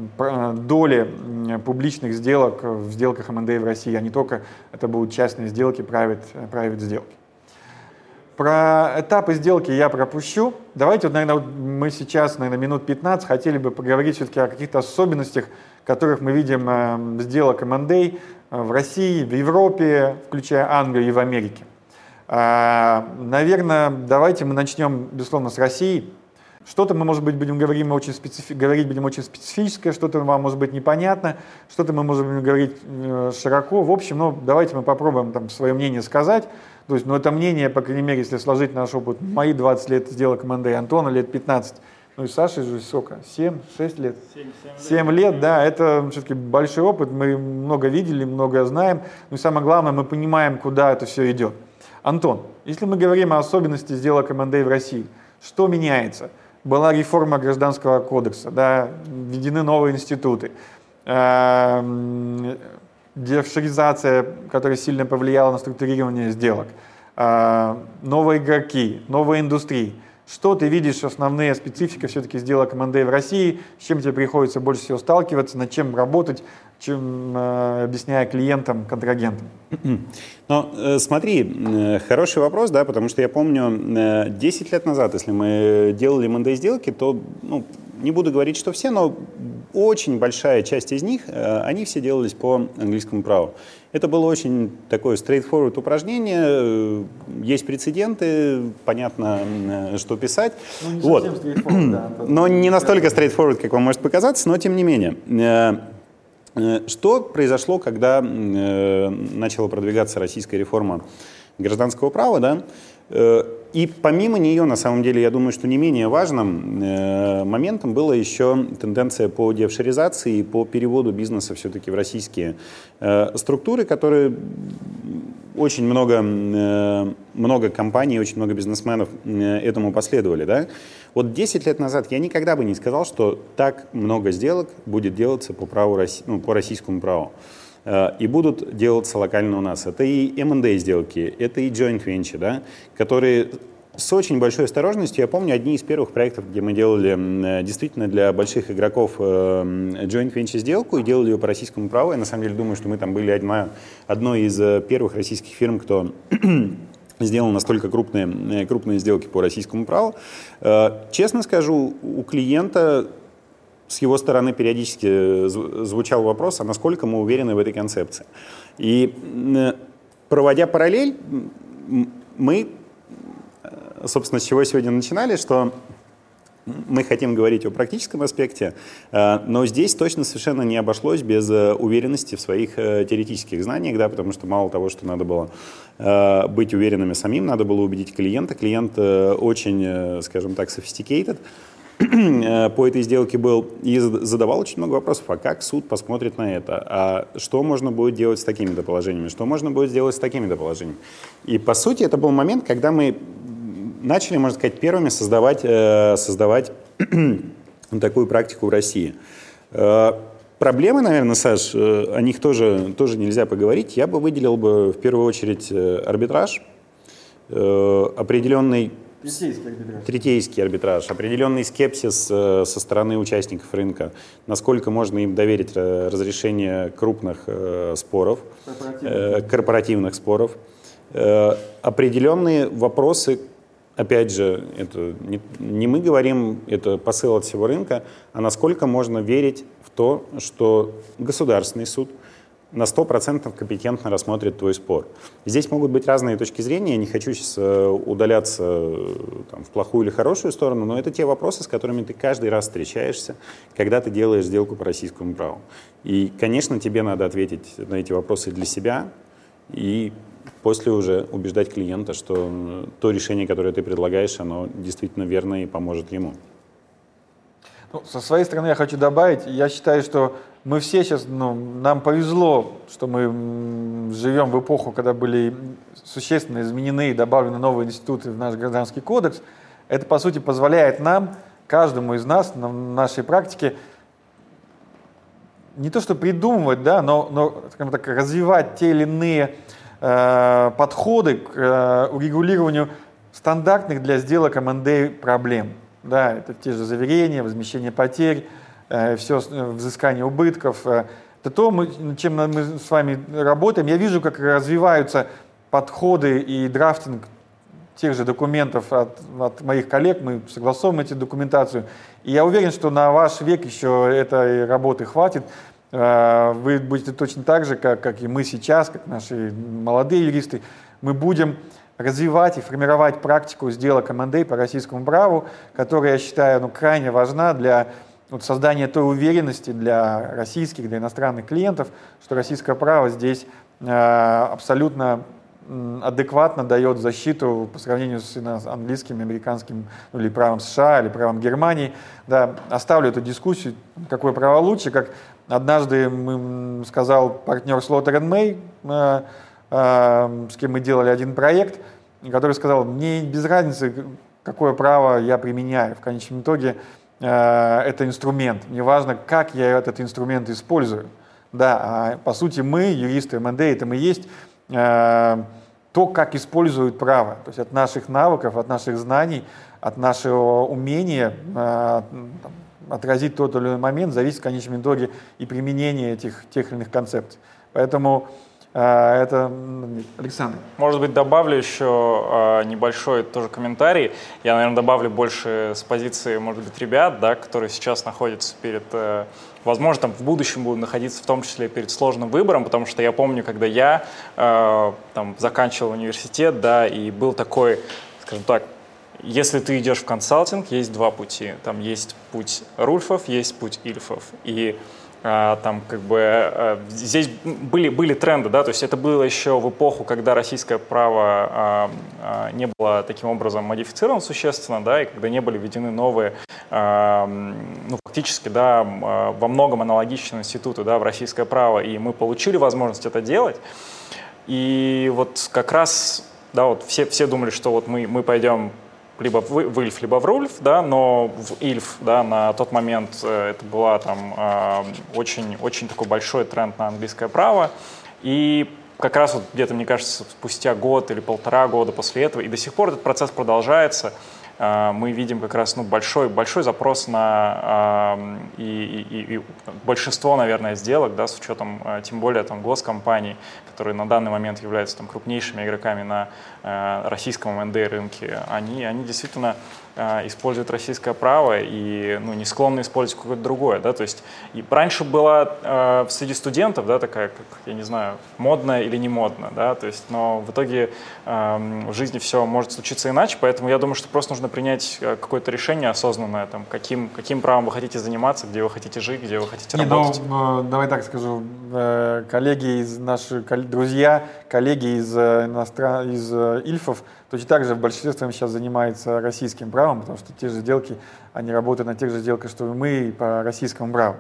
доли публичных сделок в сделках эм энд эй в России, а не только это будут частные сделки, private, private сделки. Про этапы сделки я пропущу. Давайте, вот, наверное, вот мы сейчас, наверное, минут пятнадцать хотели бы поговорить все-таки о каких-то особенностях, которых мы видим э, сделок эм энд эй в России, в Европе, включая Англию и в Америке. Э, наверное, давайте мы начнем, безусловно, с России. Что-то мы, может быть, будем говорить, мы очень специфи... говорить будем очень специфическое, что-то вам, может быть, непонятно, что-то мы можем говорить э, широко. В общем, ну, давайте мы попробуем там свое мнение сказать. То есть, ну, это мнение, по крайней мере, если сложить наш опыт, мои двадцать лет сделок эм энд эй, Антона лет пятнадцать, ну и Саши же сколько? семь шесть лет? семь лет, да, это все-таки большой опыт, мы много видели, много знаем, ну и самое главное, мы понимаем, куда это все идет. Антон, если мы говорим о особенности сделок эм энд эй в России, что меняется? Была реформа Гражданского кодекса, да, введены новые институты, деофшоризация, которая сильно повлияла на структурирование сделок, новые игроки, новые индустрии. Что ты видишь, основные специфики все-таки сделок эм энд эй в России, с чем тебе приходится больше всего сталкиваться, над чем работать, чем э, объясняя клиентам, контрагентам? Ну, э, смотри, э, хороший вопрос, да, потому что я помню, э, десять лет назад, если мы делали эм энд эй сделки, то, ну, не буду говорить, что все, но очень большая часть из них, э, они все делались по английскому праву. Это было очень такое straightforward упражнение, есть прецеденты, понятно, что писать. Ну, не вот. straightforward, да. Но не настолько straightforward, как вам может показаться, но тем не менее. Что произошло, когда начала продвигаться российская реформа гражданского права, да? И помимо нее, на самом деле, я думаю, что не менее важным э, моментом была еще тенденция по деофшоризации и по переводу бизнеса все-таки в российские э, структуры, которые очень много, э, много компаний, очень много бизнесменов э, этому последовали. Да? Вот десять лет назад я никогда бы не сказал, что так много сделок будет делаться по, праву, ну, по российскому праву. И будут делаться локально у нас. Это и эм энд эй сделки, это и joint venture, да, которые с очень большой осторожностью, я помню, одни из первых проектов, где мы делали действительно для больших игроков joint venture сделку и делали ее по российскому праву. Я на самом деле думаю, что мы там были одна, одной из первых российских фирм, кто сделал настолько крупные, крупные сделки по российскому праву. Честно скажу, у клиента с его стороны периодически звучал вопрос, а насколько мы уверены в этой концепции. И проводя параллель, мы, собственно, с чего сегодня начинали, что мы хотим говорить о практическом аспекте, но здесь точно совершенно не обошлось без уверенности в своих теоретических знаниях, да, потому что мало того, что надо было быть уверенными самим, надо было убедить клиента. Клиент очень, скажем так, sophisticated по этой сделке был и задавал очень много вопросов. А как суд посмотрит на это? А что можно будет делать с такими-то положениями? Что можно будет сделать с такими-то положениями? И, по сути, это был момент, когда мы начали, можно сказать, первыми создавать, создавать такую практику в России. Проблемы, наверное, Саш, о них тоже, тоже нельзя поговорить. Я бы выделил бы в первую очередь арбитраж, определенный Третейский арбитраж. Третейский арбитраж, определенный скепсис э, со стороны участников рынка, насколько можно им доверить э, разрешение крупных э, споров, корпоративных, э, корпоративных споров, э, определенные вопросы, опять же, это не, не мы говорим, это посыл от всего рынка, а насколько можно верить в то, что государственный суд на сто процентов компетентно рассмотрит твой спор. Здесь могут быть разные точки зрения, я не хочу сейчас удаляться там, в плохую или хорошую сторону, но это те вопросы, с которыми ты каждый раз встречаешься, когда ты делаешь сделку по российскому праву. И, конечно, тебе надо ответить на эти вопросы для себя и после уже убеждать клиента, что то решение, которое ты предлагаешь, оно действительно верно и поможет ему. Ну, со своей стороны я хочу добавить, я считаю, что мы все сейчас, ну, нам повезло, что мы живем в эпоху, когда были существенно изменены и добавлены новые институты в наш Гражданский кодекс. Это, по сути, позволяет нам, каждому из нас, на нашей практике, не то что придумывать, да, но, но скажем так, развивать те или иные э, подходы к э, урегулированию стандартных для сделок эм энд эй проблем. Да, это те же заверения, возмещение потерь, э, все взыскание убытков. Э, это то, мы, чем мы с вами работаем. Я вижу, как развиваются подходы и драфтинг тех же документов от, от моих коллег, мы согласовываем эту документацию. И я уверен, что на ваш век еще этой работы хватит. Вы будете точно так же, как, как и мы сейчас, как наши молодые юристы, мы будем развивать и формировать практику сделок эм энд эй по российскому праву, которая, я считаю, ну, крайне важна для вот, создания той уверенности для российских, для иностранных клиентов, что российское право здесь э, абсолютно адекватно дает защиту по сравнению с английским, американским, ну, или правом США, или правом Германии. Да, оставлю эту дискуссию, какое право лучше. Как однажды мы, сказал партнер Слоттер энд Мэй, э, э, с кем мы делали один проект, который сказал, мне без разницы, какое право я применяю. В конечном итоге э, это инструмент. Мне важно, как я этот инструмент использую. Да, а по сути мы, юристы эм энд эй, это мы есть э, то, как используют право. То есть от наших навыков, от наших знаний, от нашего умения э, отразить тот или иной момент зависит в конечном итоге и применение этих тех или иных концепций. Поэтому э, это... Александр. Может быть, добавлю еще э, небольшой тоже комментарий. Я, наверное, добавлю больше с позиции, может быть, ребят, да, которые сейчас находятся перед... Э, возможно, там в будущем будут находиться в том числе перед сложным выбором, потому что я помню, когда я э, там, заканчивал университет, да, и был такой, скажем так, если ты идешь в консалтинг, есть два пути. Там есть путь Рульфов, есть путь Ильфов. И а, там как бы а, здесь были, были тренды, да, то есть это было еще в эпоху, когда российское право а, а, не было таким образом модифицировано существенно, да, и когда не были введены новые, а, ну, фактически, да, во многом аналогичные институты, да, в российское право, и мы получили возможность это делать. И вот как раз, да, вот все, все думали, что вот мы, мы пойдем либо в, в Ильф, либо в Рульф, да, но в Ильф, да, на тот момент э, это была там э, очень, очень такой большой тренд на английское право, и как раз вот где-то, мне кажется, спустя год или полтора года после этого, и до сих пор этот процесс продолжается, э, мы видим как раз, ну, большой, большой запрос на э, и, и, и большинство, наверное, сделок, да, с учетом, э, тем более, там, госкомпаний, которые на данный момент являются там крупнейшими игроками на э, российском эм энд эй рынке, они, они действительно э, используют российское право и, ну, не склонны использовать какое-то другое, да, то есть и раньше была э, среди студентов, да, такая, как, я не знаю, модная или не модная, да, то есть, но в итоге э, в жизни все может случиться иначе, поэтому я думаю, что просто нужно принять какое-то решение осознанное, там, каким, каким правом вы хотите заниматься, где вы хотите жить, где вы хотите не, работать. Ну, давай так скажу, коллеги из наших друзья, коллеги из, иностран... из Ильфов точно так же в большинстве своем сейчас занимаются российским правом, потому что те же сделки, они работают на тех же сделках, что и мы, по российскому праву.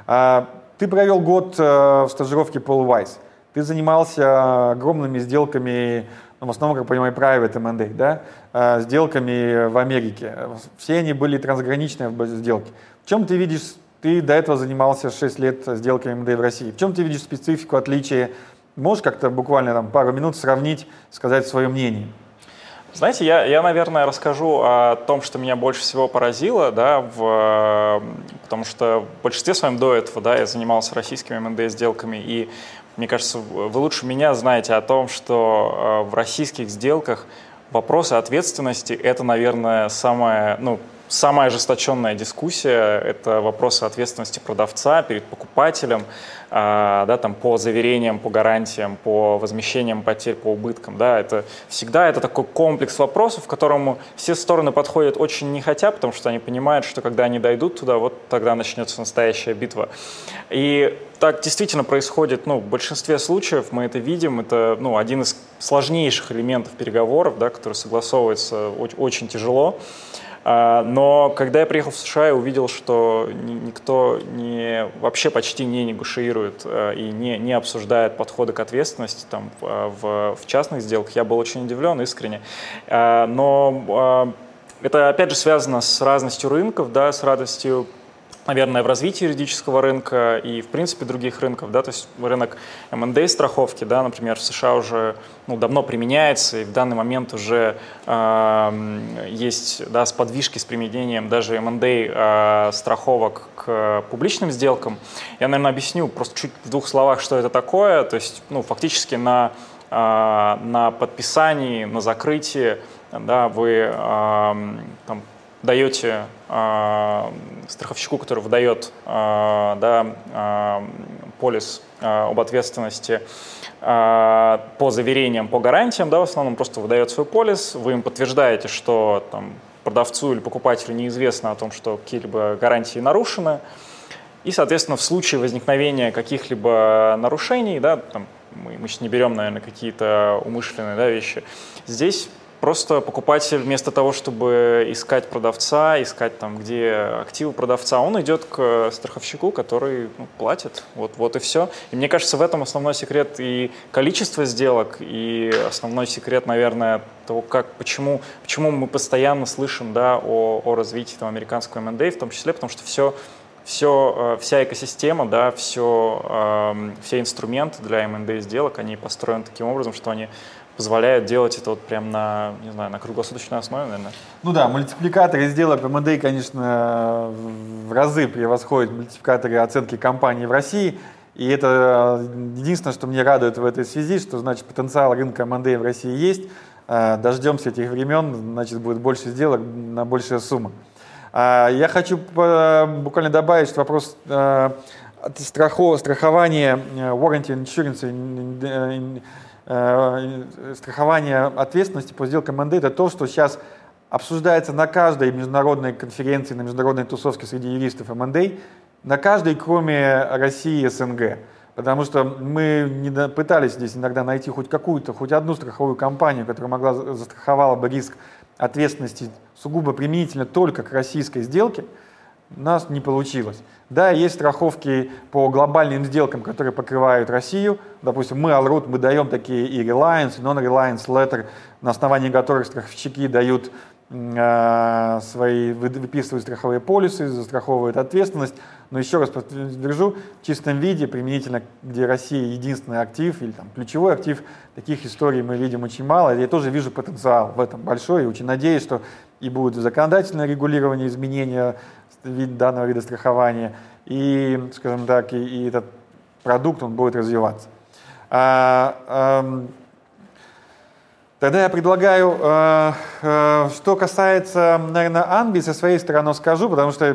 Ты провел год в стажировке Paul Weiss. Ты занимался огромными сделками, ну, в основном, как понимаю, private эм энд эй, да, сделками в Америке. Все они были трансграничные сделки. В чем ты видишь, ты до этого занимался шесть лет сделками эм энд эй в России. В чем ты видишь специфику, отличие? Можешь как-то буквально там, пару минут сравнить, сказать свое мнение? Знаете, я, я, наверное, расскажу о том, что меня больше всего поразило, да, в, потому что в большинстве своем до этого, да, я занимался российскими эм энд эй сделками, и мне кажется, вы лучше меня знаете о том, что в российских сделках вопросы ответственности — это, наверное, самое, ну, самая ожесточенная дискуссия, это вопросы ответственности продавца перед покупателем, а, да, там, по заверениям, по гарантиям, по возмещениям потерь, по убыткам. Да, это всегда это такой комплекс вопросов, к которому все стороны подходят очень нехотя, потому что они понимают, что когда они дойдут туда, вот тогда начнется настоящая битва. И так действительно происходит, ну, в большинстве случаев, мы это видим, это, ну, один из сложнейших элементов переговоров, да, который согласовывается очень тяжело. Но когда я приехал в США, я увидел, что никто не, вообще почти не негоширует и не, не обсуждает подходы к ответственности там, в, в частных сделках. Я был очень удивлен, искренне. Но это, опять же, связано с разностью рынков, да, с разностью, наверное, в развитии юридического рынка и, в принципе, других рынков, да, то есть рынок эм энд эй страховки, да, например, в США уже, ну, давно применяется, и в данный момент уже э, есть, да, сподвижки с применением даже эм энд эй э, страховок к публичным сделкам. Я, наверное, объясню просто чуть в двух словах, что это такое, то есть, ну, фактически на на подписании, на закрытии, да, вы там даете страховщику, который выдает да, полис об ответственности, по заверениям, по гарантиям, да, в основном просто выдает свой полис, вы им подтверждаете, что там, продавцу или покупателю неизвестно о том, что какие-либо гарантии нарушены, и, соответственно, в случае возникновения каких-либо нарушений, да, там, мы, мы сейчас не берем, наверное, какие-то умышленные да, вещи, здесь просто покупатель вместо того, чтобы искать продавца, искать там, где активы продавца, он идет к страховщику, который ну, платит. Вот, вот и все. И мне кажется, в этом основной секрет и количество сделок, и основной секрет, наверное, того, как, почему, почему мы постоянно слышим да, о, о развитии там, американского эм энд эй, в том числе, потому что все, все, вся экосистема, да, все, э, все инструменты для эм энд эй сделок, они построены таким образом, что они позволяет делать это вот прям на, не знаю, на круглосуточной основе, наверное. Ну да, мультипликаторы сделок эм энд эй, конечно, в разы превосходят мультипликаторы оценки компаний в России. И это единственное, что мне радует в этой связи, что, значит, потенциал рынка эм энд эй в России есть. Дождемся этих времен, значит, будет больше сделок на большие суммы. Я хочу буквально добавить, что вопрос страхования, warranty insurance, страхование ответственности по сделкам эм энд эй – это то, что сейчас обсуждается на каждой международной конференции, на международной тусовке среди юристов эм энд эй, на каждой, кроме России и эс эн гэ. Потому что мы не пытались здесь иногда найти хоть какую-то, хоть одну страховую компанию, которая могла застраховала бы риск ответственности сугубо применительно только к российской сделке. У нас не получилось. Да, есть страховки по глобальным сделкам, которые покрывают Россию. Допустим, мы, Allroot, мы даем такие и Reliance, и Non-Reliance Letter, на основании которых страховщики дают э, свои, выписывают страховые полисы, застраховывают ответственность. Но еще раз подтвержу, в чистом виде, применительно, где Россия единственный актив или там, ключевой актив, таких историй мы видим очень мало. Я тоже вижу потенциал в этом большой и очень надеюсь, что и будет законодательное регулирование изменения данного вида страхования, и, скажем так, и, и этот продукт он будет развиваться. А, а, тогда я предлагаю, а, а, что касается, наверное, Англии, со своей стороны скажу, потому что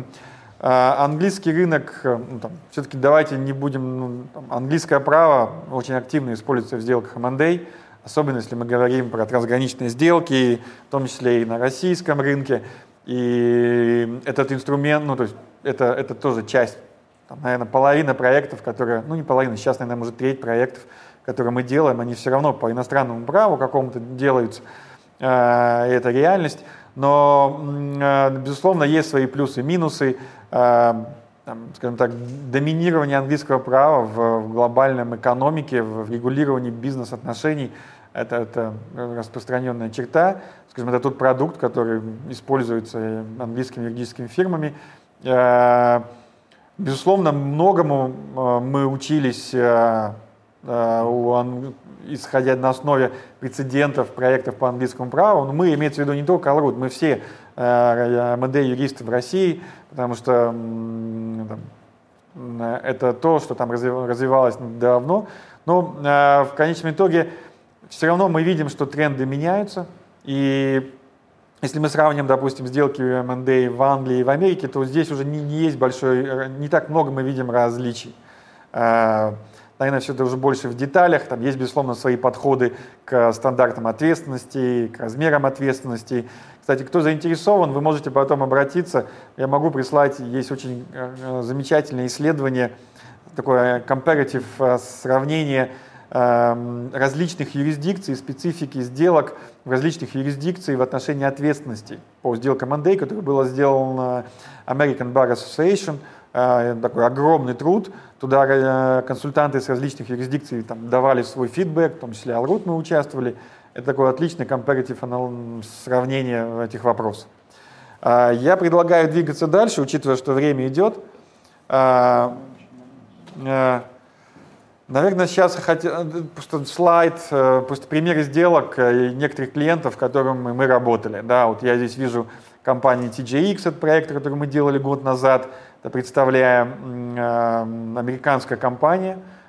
а, английский рынок, ну, там, все-таки давайте не будем, ну, там, английское право очень активно используется в сделках эм энд эй, особенно если мы говорим про трансграничные сделки, в том числе и на российском рынке. И этот инструмент, ну, то есть это, это тоже часть, там, наверное, половина проектов, которые, ну, не половина, сейчас, наверное, может, треть проектов, которые мы делаем, они все равно по иностранному праву какому-то делаются, э, это реальность. Но, э, безусловно, есть свои плюсы и минусы. Э, там, скажем так, доминирование английского права в, в глобальном экономике, в, в регулировании бизнес-отношений – это, это распространенная черта. Скажем, это тот продукт, который используется английскими юридическими фирмами. Безусловно, многому мы учились, исходя на основе прецедентов проектов по английскому праву. Но мы, имеется в виду не только Allroot, мы все эм энд эй-юристы в России, потому что это то, что там развивалось давно. Но в конечном итоге все равно мы видим, что тренды меняются. И если мы сравним, допустим, сделки эм энд эй в Англии и в Америке, то здесь уже не, не есть большой, не так много мы видим различий. Наверное, все это уже больше в деталях. Там есть, безусловно, свои подходы к стандартам ответственности, к размерам ответственности. Кстати, кто заинтересован, вы можете потом обратиться. Я могу прислать, есть очень замечательное исследование, такое comparative сравнение различных юрисдикций, специфики сделок в различных юрисдикциях в отношении ответственности по сделкам эм энд эй, которое было сделано American Bar Association, такой огромный труд. Туда консультанты с различных юрисдикций там, давали свой фидбэк, в том числе Allroot мы участвовали. Это такое отличное comparative сравнение этих вопросов. Я предлагаю двигаться дальше, учитывая, что время идет. Наверное, сейчас хотел просто слайд, просто примеры сделок некоторых клиентов, с которыми мы работали. Да, вот я здесь вижу компанию ти джей икс, это проект, который мы делали год назад. Это представляем американская компания,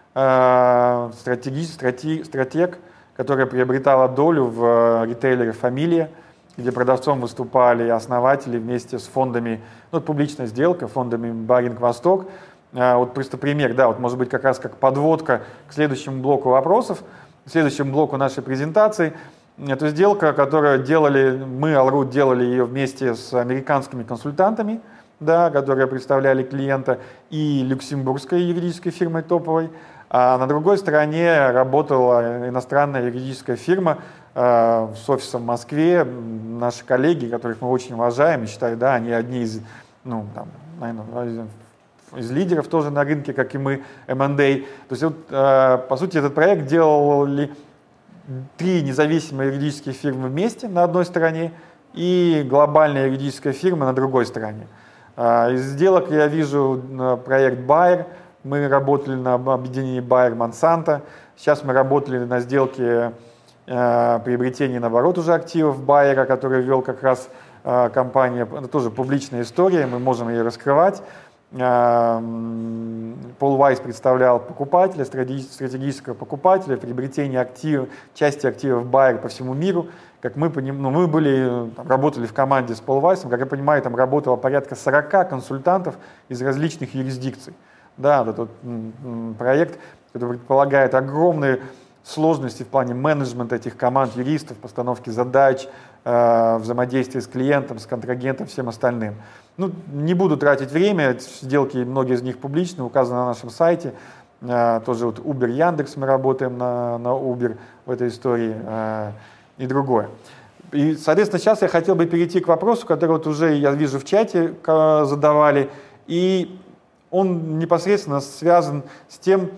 стратеги, стратег, стратег, которая приобретала долю в ритейлере «Фамилия», где продавцом выступали основатели вместе с фондами, ну, публичная сделка, фондами «Баринг Восток». Вот просто пример, да, вот может быть как раз как подводка к следующему блоку вопросов, к следующему блоку нашей презентации. Это сделка, которую делали, мы, Allroot, делали ее вместе с американскими консультантами, да, которые представляли клиента, и люксембургской юридической фирмой топовой. А на другой стороне работала иностранная юридическая фирма э, с офисом в Москве. Наши коллеги, которых мы очень уважаем и считаю, да, они одни из, ну, там, наверное, из лидеров тоже на рынке, как и мы, эм энд эй. То есть, вот, э, по сути, этот проект делали три независимые юридические фирмы вместе на одной стороне и глобальная юридическая фирма на другой стороне. Э, из сделок я вижу э, проект Bayer. Мы работали на объединении Bayer-Monsanto. Сейчас мы работали на сделке э, приобретения, наоборот, уже активов Bayer, который вел как раз э, компания. Это тоже публичная история, мы можем ее раскрывать. Э, Пол Вайс представлял покупателя, стратегического покупателя, приобретение актив, части активов Bayer по всему миру. Как мы, ну, мы были, там, работали в команде с Пол Вайсом, как я понимаю, там работало порядка сорока консультантов из различных юрисдикций. Да, вот этот вот проект, который предполагает огромные сложности в плане менеджмента этих команд, юристов, постановки задач, э, взаимодействия с клиентом, с контрагентом, всем остальным. Ну, не буду тратить время, сделки, многие из них публичны, указаны на нашем сайте. Э, тоже вот Uber, Яндекс, мы работаем на, на Uber в этой истории э, и другое. И, соответственно, сейчас я хотел бы перейти к вопросу, который вот уже, я вижу, в чате задавали, и он непосредственно связан с тем,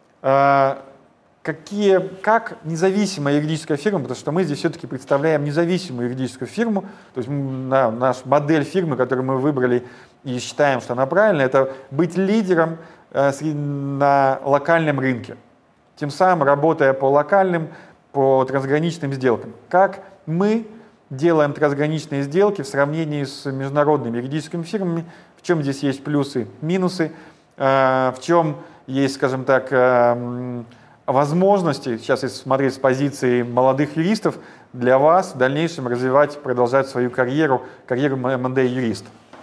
какие, как независимая юридическая фирма, потому что мы здесь все-таки представляем независимую юридическую фирму, то есть на, наша модель фирмы, которую мы выбрали и считаем, что она правильная, это быть лидером на локальном рынке, тем самым работая по локальным, по трансграничным сделкам. Как мы делаем трансграничные сделки в сравнении с международными юридическими фирмами, в чем здесь есть плюсы, минусы, в чем есть, скажем так, возможности, сейчас если смотреть с позиции молодых юристов, для вас в дальнейшем развивать, продолжать свою карьеру, карьеру эм энд эй-юриста.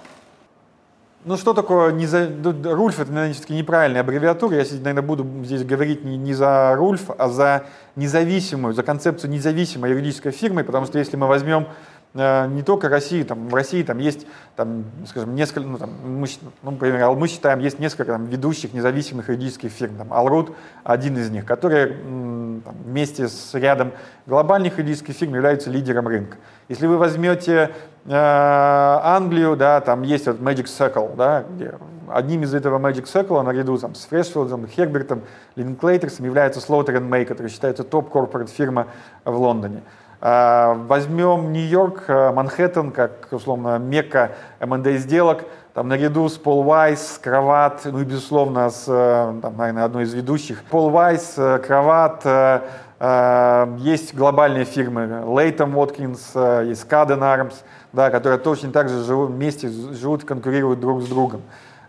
Ну что такое, не за, Рульф, это, наверное, все-таки неправильная аббревиатура, я, наверное, буду здесь говорить не, не за Рульф, а за независимую, за концепцию независимой юридической фирмы, потому что если мы возьмем э, не только Россию, там, в России там есть, там, скажем, несколько, ну, там, мы, ну, например, мы считаем, есть несколько там, ведущих независимых юридических фирм, там, Allroot один из них, которые м, там, вместе с рядом глобальных юридических фирм являются лидером рынка. Если вы возьмете Англию, да, там есть вот Magic Circle, да, где одним из этого Magic Circle, наряду там, с Freshfield'ом, Хербертом, Linklater'ом является Slaughter энд May, который считается топ-корпорат фирма в Лондоне. Возьмем Нью-Йорк, Манхэттен, как, условно, мекка эм энд эй сделок, там наряду с Пол Вайс, Крават, ну и, безусловно, с, там, наверное, одной из ведущих. Пол Вайс, Крават, есть глобальные фирмы, Лейтон Воткинс, есть Каден Армс, да, которые точно так же живут вместе, живут, конкурируют друг с другом.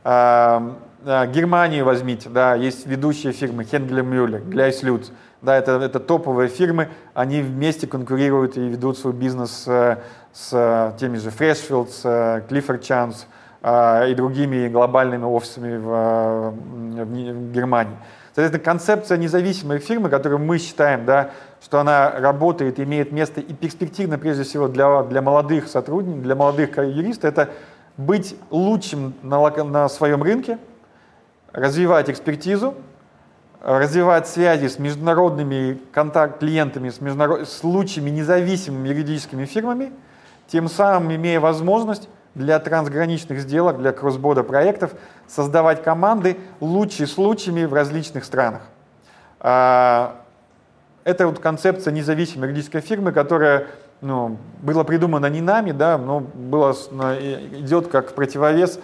Германию возьмите, да, есть ведущие фирмы Хенгель и Мюллер, Гляйс Люц, да, это, это топовые фирмы, они вместе конкурируют и ведут свой бизнес с, с теми же Freshfields, Clifford Chance и другими глобальными офисами в, в Германии. Соответственно, концепция независимой фирмы, которую мы считаем, да, что она работает, имеет место и перспективно, прежде всего, для, для молодых сотрудников, для молодых юристов, это быть лучшим на, на своем рынке, развивать экспертизу, развивать связи с международными контакт клиентами, с, международ... с лучшими независимыми юридическими фирмами, тем самым имея возможность для трансграничных сделок, для кросс-бордер проектов создавать команды лучшие с лучшими в различных странах. Это вот концепция независимой юридической фирмы, которая, ну, была придумана не нами, да, но была, идет как противовес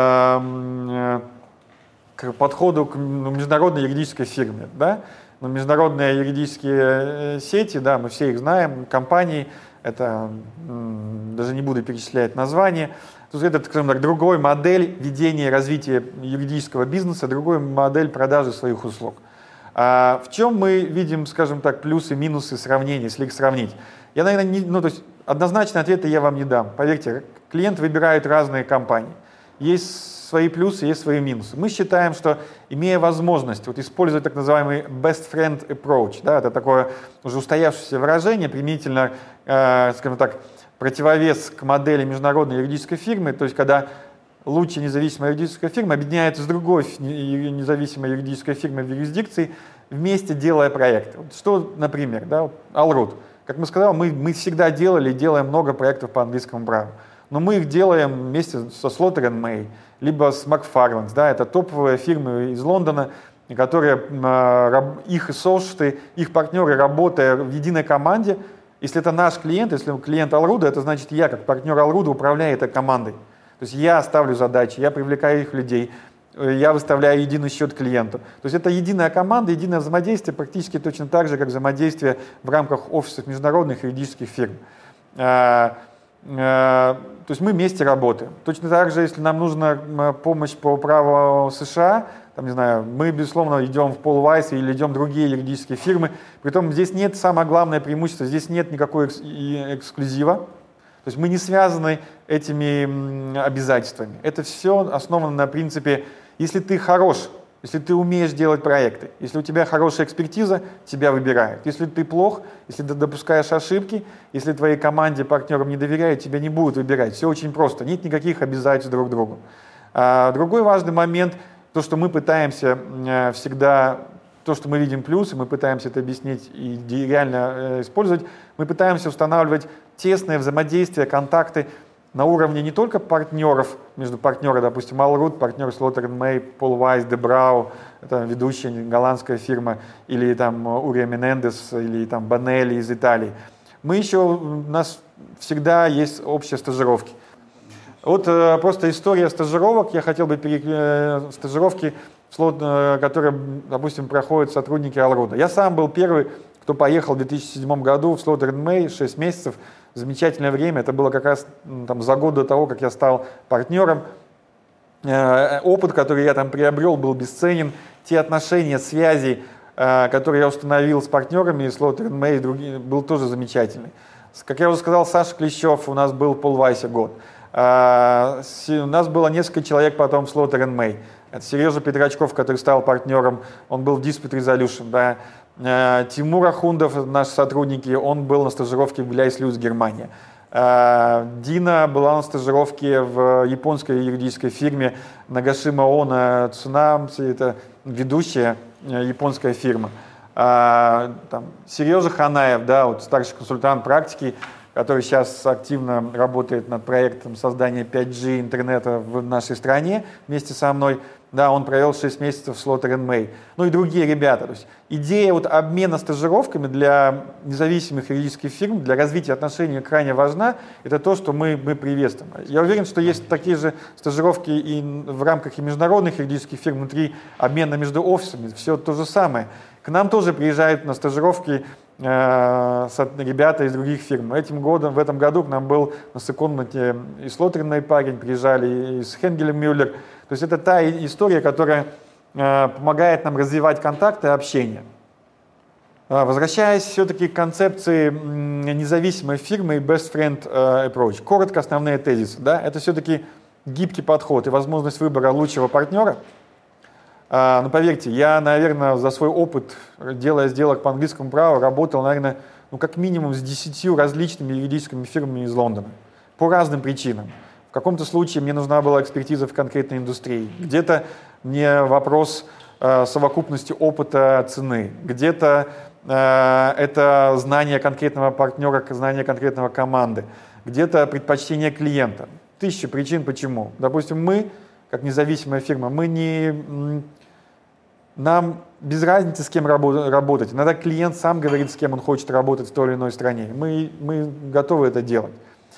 э, к подходу к международной юридической фирме. Да? Но международные юридические сети, да, мы все их знаем, компании, это даже не буду перечислять название. То есть это, скажем так, другой модель ведения и развития юридического бизнеса, другой модель продажи своих услуг. А в чем мы видим, скажем так, плюсы, минусы сравнения, если их сравнить? Я, наверное, не, ну, то есть однозначно ответа я вам не дам. Поверьте, клиент выбирает разные компании. Есть свои плюсы, есть свои минусы. Мы считаем, что имея возможность вот, использовать так называемый best friend approach, да, это такое уже устоявшееся выражение, применительно, э, скажем так, противовес к модели международной юридической фирмы, то есть когда лучшая независимая юридическая фирма объединяется с другой независимой юридической фирмой в юрисдикции, вместе делая проекты. Вот что, например, да, Allroot. Как мы сказали, мы, мы всегда делали и делаем много проектов по английскому праву. Но мы их делаем вместе со Slaughter энд May, либо с McFarland. Да, это топовые фирмы из Лондона, которые, их associates, их партнеры, работая в единой команде. Если это наш клиент, если клиент Allroot, это значит я, как партнер Allroot, управляю этой командой. То есть я ставлю задачи, я привлекаю их людей, я выставляю единый счет клиенту. То есть это единая команда, единое взаимодействие, практически точно так же, как взаимодействие в рамках офисов международных юридических фирм. То есть мы вместе работаем. Точно так же, если нам нужна помощь по праву США, там, не знаю, мы, безусловно, идем в Paul Weiss или идем в другие юридические фирмы. Притом здесь нет, самое главное преимущество, здесь нет никакой экс- эксклюзива. То есть мы не связаны этими обязательствами. Это все основано на принципе, если ты хорош, если ты умеешь делать проекты, если у тебя хорошая экспертиза, тебя выбирают. Если ты плох, если ты допускаешь ошибки, если твоей команде, партнерам не доверяют, тебя не будут выбирать. Все очень просто, нет никаких обязательств друг к другу. А другой важный момент, то, что мы пытаемся всегда, то, что мы видим плюсы, мы пытаемся это объяснить и реально использовать, мы пытаемся устанавливать тесное взаимодействие, контакты на уровне не только партнеров, между партнерами, допустим, Allroot, партнер Slaughter энд May, Paul Weiss, De Brauw, это ведущая голландская фирма, или там Урия Менендес, или там Банелли из Италии. Мы еще, у нас всегда есть общие стажировки. Вот э, просто история стажировок, я хотел бы перейти э, стажировки, э, которые, допустим, проходят сотрудники Allroot. Я сам был первый, кто поехал в две тысячи седьмом году в Slaughter энд May, шесть месяцев, замечательное время, это было как раз там, за год до того, как я стал партнером. Э, опыт, который я там приобрел, был бесценен. Те отношения, связи, э, которые я установил с партнерами Slaughter энд May, другие, был тоже замечательный. Как я уже сказал, Саша Клещев, у нас был в Paul Weiss год. Uh, у нас было несколько человек потом в Slaughter энд May. Это Сережа Петрачков, который стал партнером, он был в Dispute Resolution. Да. Uh, Тимур Ахундов, наши сотрудники, он был на стажировке в Гляйс-Люс, Германия. Uh, Дина была на стажировке в японской юридической фирме Нагашима Оно Цунамси, это ведущая японская фирма. Uh, там, Сережа Ханаев, да, вот старший консультант практики, который сейчас активно работает над проектом создания пять джи интернета в нашей стране вместе со мной. Да, он провел шесть месяцев в Slaughter энд May. Ну и другие ребята. То есть идея вот обмена стажировками для независимых юридических фирм, для развития отношений крайне важна. Это то, что мы, мы приветствуем. Я уверен, что есть такие же стажировки и в рамках и международных юридических фирм, внутри обмена между офисами. Все то же самое. К нам тоже приезжают на стажировки ребята из других фирм. Этим годом, в этом году к нам был на секундноте и Slaughter энд May парень, приезжали и с Хенгелем Мюллер. То есть это та история, которая э, помогает нам развивать контакты и общение. Э, возвращаясь все-таки к концепции э, независимой фирмы и best friend э, approach. Коротко основные тезисы. Да? Это все-таки гибкий подход и возможность выбора лучшего партнера. Uh, ну, поверьте, я, наверное, за свой опыт, делая сделок по английскому праву, работал, наверное, ну, как минимум с десятью различными юридическими фирмами из Лондона. По разным причинам. В каком-то случае мне нужна была экспертиза в конкретной индустрии. Где-то мне вопрос uh, совокупности опыта цены. Где-то uh, это знание конкретного партнера, знание конкретного команды. Где-то предпочтение клиента. Тысячи причин почему. Допустим, мы, как независимая фирма, мы не... Нам без разницы, с кем работать. Иногда клиент сам говорит, с кем он хочет работать в той или иной стране. Мы, мы готовы это делать.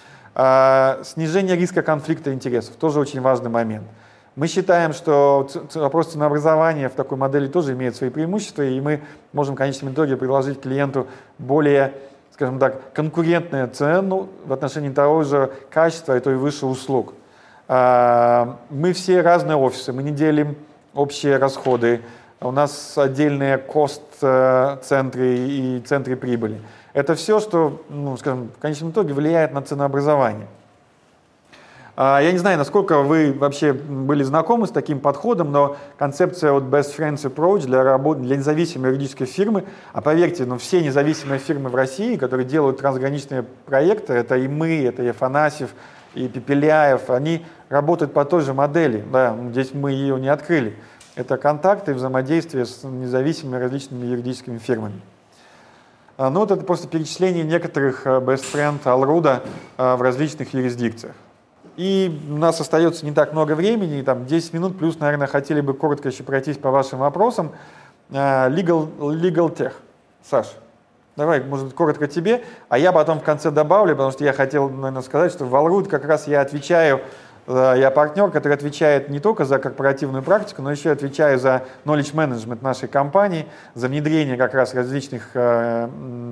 А, снижение риска конфликта интересов тоже очень важный момент. Мы считаем, что вопрос ценообразования в такой модели тоже имеет свои преимущества, и мы можем в конечном итоге предложить клиенту более, скажем так, конкурентную цену в отношении того же качества и той выше услуг. А, мы все разные офисы, мы не делим общие расходы. у нас отдельные кост-центры и центры прибыли. Это все, что, ну, скажем, в конечном итоге влияет на ценообразование. Я не знаю, насколько вы вообще были знакомы с таким подходом, но концепция вот Best Friends Approach для, работы, для независимой юридической фирмы, а поверьте, ну, все независимые фирмы в России, которые делают трансграничные проекты, это и мы, это и Афанасьев, и Пепеляев, они работают по той же модели. Да, здесь мы ее не открыли. Это контакты и взаимодействие с независимыми различными юридическими фирмами. Ну, вот это просто перечисление некоторых Best Friend Allroad в различных юрисдикциях. И у нас остается не так много времени, там десять минут, плюс, наверное, хотели бы коротко еще пройтись по вашим вопросам. Legal, Legal Tech. Саш, давай, может быть, коротко тебе, а я потом в конце добавлю, потому что я хотел, наверное, сказать, что в Allroad как раз я отвечаю, я партнер, который отвечает не только за корпоративную практику, но еще отвечаю за knowledge management нашей компании, за внедрение как раз различных э,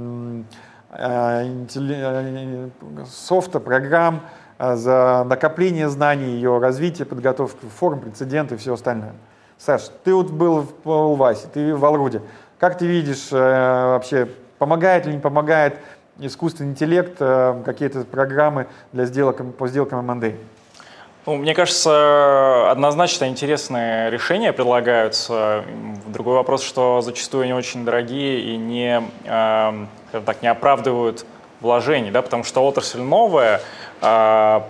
э, софта, программ, за накопление знаний, ее развитие, подготовку форм, прецеденты и все остальное. Саш, ты вот был в Улвасе, ты в Allroad. Как ты видишь, вообще помогает или не помогает искусственный интеллект, какие-то программы для сделок, по сделкам эм энд эй? Ну, мне кажется, однозначно интересные решения предлагаются. Другой вопрос, что зачастую они очень дорогие и не, э, скажем так, не оправдывают вложений, да, потому что отрасль новая, э,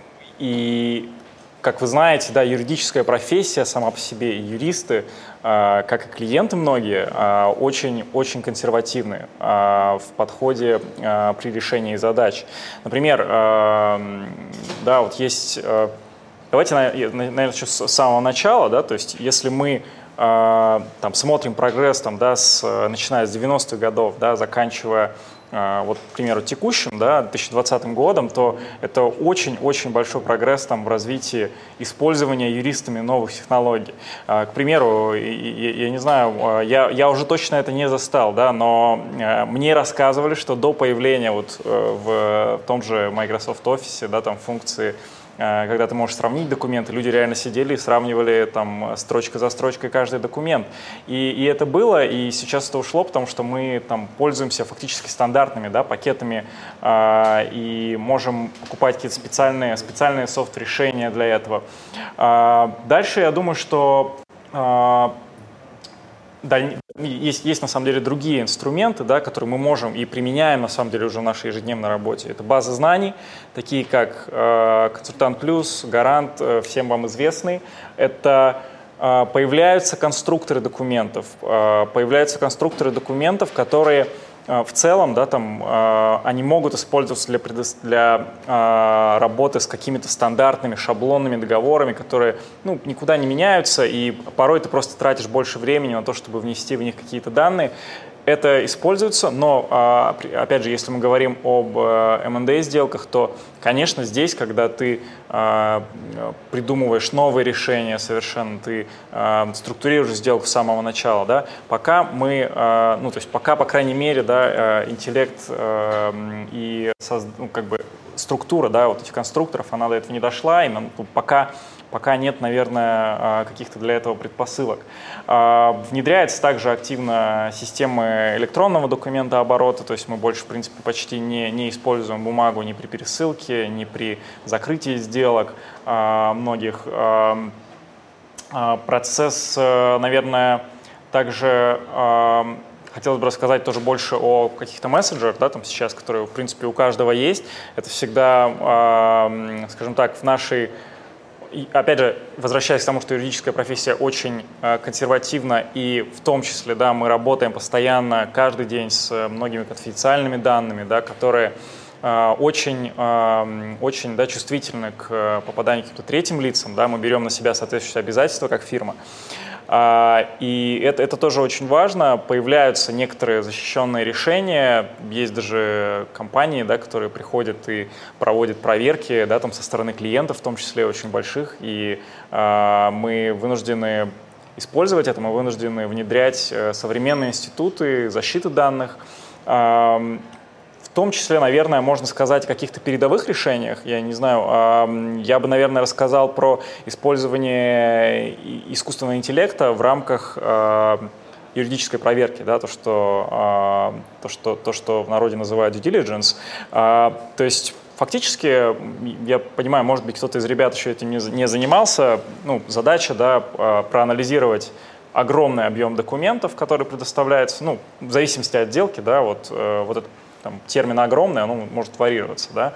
и, как вы знаете, да, юридическая профессия сама по себе, и юристы, э, как и клиенты многие, очень-очень э, консервативны э, в подходе э, при решении задач. Например, э, да, вот есть... Э, давайте, наверное, еще с самого начала, да, то есть если мы э, там, смотрим прогресс, там, да, с, начиная с девяностых годов, да, заканчивая вот, к примеру, текущим, да, две тысячи двадцатым годом, то это очень-очень большой прогресс там, в развитии использования юристами новых технологий. К примеру, я не знаю, я, я уже точно это не застал, да, но мне рассказывали, что до появления вот в том же Microsoft Office, да, там функции, когда ты можешь сравнить документы, люди реально сидели и сравнивали там строчка за строчкой каждый документ. И, и это было, и сейчас это ушло, потому что мы там пользуемся фактически стандартными, да, пакетами э, и можем покупать какие-то специальные, специальные софт-решения для этого. Э, дальше я думаю, что э, даль... Есть, есть на самом деле другие инструменты, да, которые мы можем и применяем на самом деле уже в нашей ежедневной работе. Это базы знаний, такие как э, Консультант Плюс, Гарант, э, всем вам известный. Это э, появляются конструкторы документов, э, появляются конструкторы документов, которые в целом, да, там, э, они могут использоваться для, предо- для э, работы с какими-то стандартными шаблонными договорами, которые ну, никуда не меняются, и порой ты просто тратишь больше времени на то, чтобы внести в них какие-то данные. Это используется, но, э, опять же, если мы говорим об э, эм энд эй-сделках, то, конечно, здесь, когда ты э, придумываешь новые решения совершенно, ты э, структурируешь сделку с самого начала, да, пока мы, э, ну, то есть пока, по крайней мере, да, интеллект э, и ну, как бы структура, да, вот этих конструкторов, она до этого не дошла, и ну, пока, пока нет, наверное, каких-то для этого предпосылок. Внедряется также активно системы электронного документооборота, то есть мы больше, в принципе, почти не, не используем бумагу ни при пересылке, ни при закрытии сделок многих. Процесс, наверное, также... Хотелось бы рассказать тоже больше о каких-то мессенджерах, да, там сейчас, которые, в принципе, у каждого есть. Это всегда, э, скажем так, в нашей... И, опять же, возвращаясь к тому, что юридическая профессия очень э, консервативна, и в том числе, да, мы работаем постоянно, каждый день с многими конфиденциальными данными, да, которые э, очень, э, очень да, чувствительны к попаданию к каким-то третьим лицам. Да, мы берем на себя соответствующие обязательства как фирма. И это, это тоже очень важно. Появляются некоторые защищенные решения. Есть даже компании, да, которые приходят и проводят проверки, да, там, со стороны клиентов, в том числе очень больших. И э, мы вынуждены использовать это, мы вынуждены внедрять современные институты защиты данных. Э, том числе, наверное, можно сказать о каких-то передовых решениях. Я не знаю, я бы, наверное, рассказал про использование искусственного интеллекта в рамках юридической проверки, да, то, что, то, что, то, что в народе называют due diligence. То есть фактически, я понимаю, может быть, кто-то из ребят еще этим не занимался, ну, задача, да, проанализировать огромный объем документов, который предоставляется, ну, в зависимости от сделки, да, вот, вот этот там, термин огромный, он может варьироваться, да.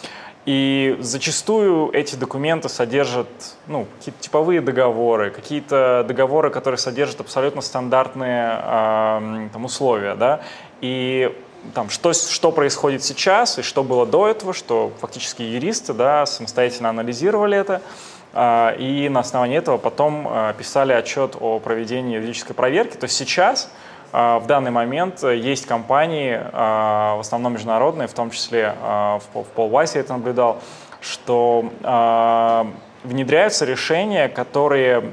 И зачастую эти документы содержат, ну, какие-то типовые договоры, какие-то договоры, которые содержат абсолютно стандартные э, там, условия, да. И там, что, что происходит сейчас и что было до этого, что фактически юристы, да, самостоятельно анализировали это, э, и на основании этого потом э, писали отчет о проведении юридической проверки. То есть сейчас в данный момент есть компании, в основном международные, в том числе в Полвайсе я это наблюдал, что внедряются решения, которые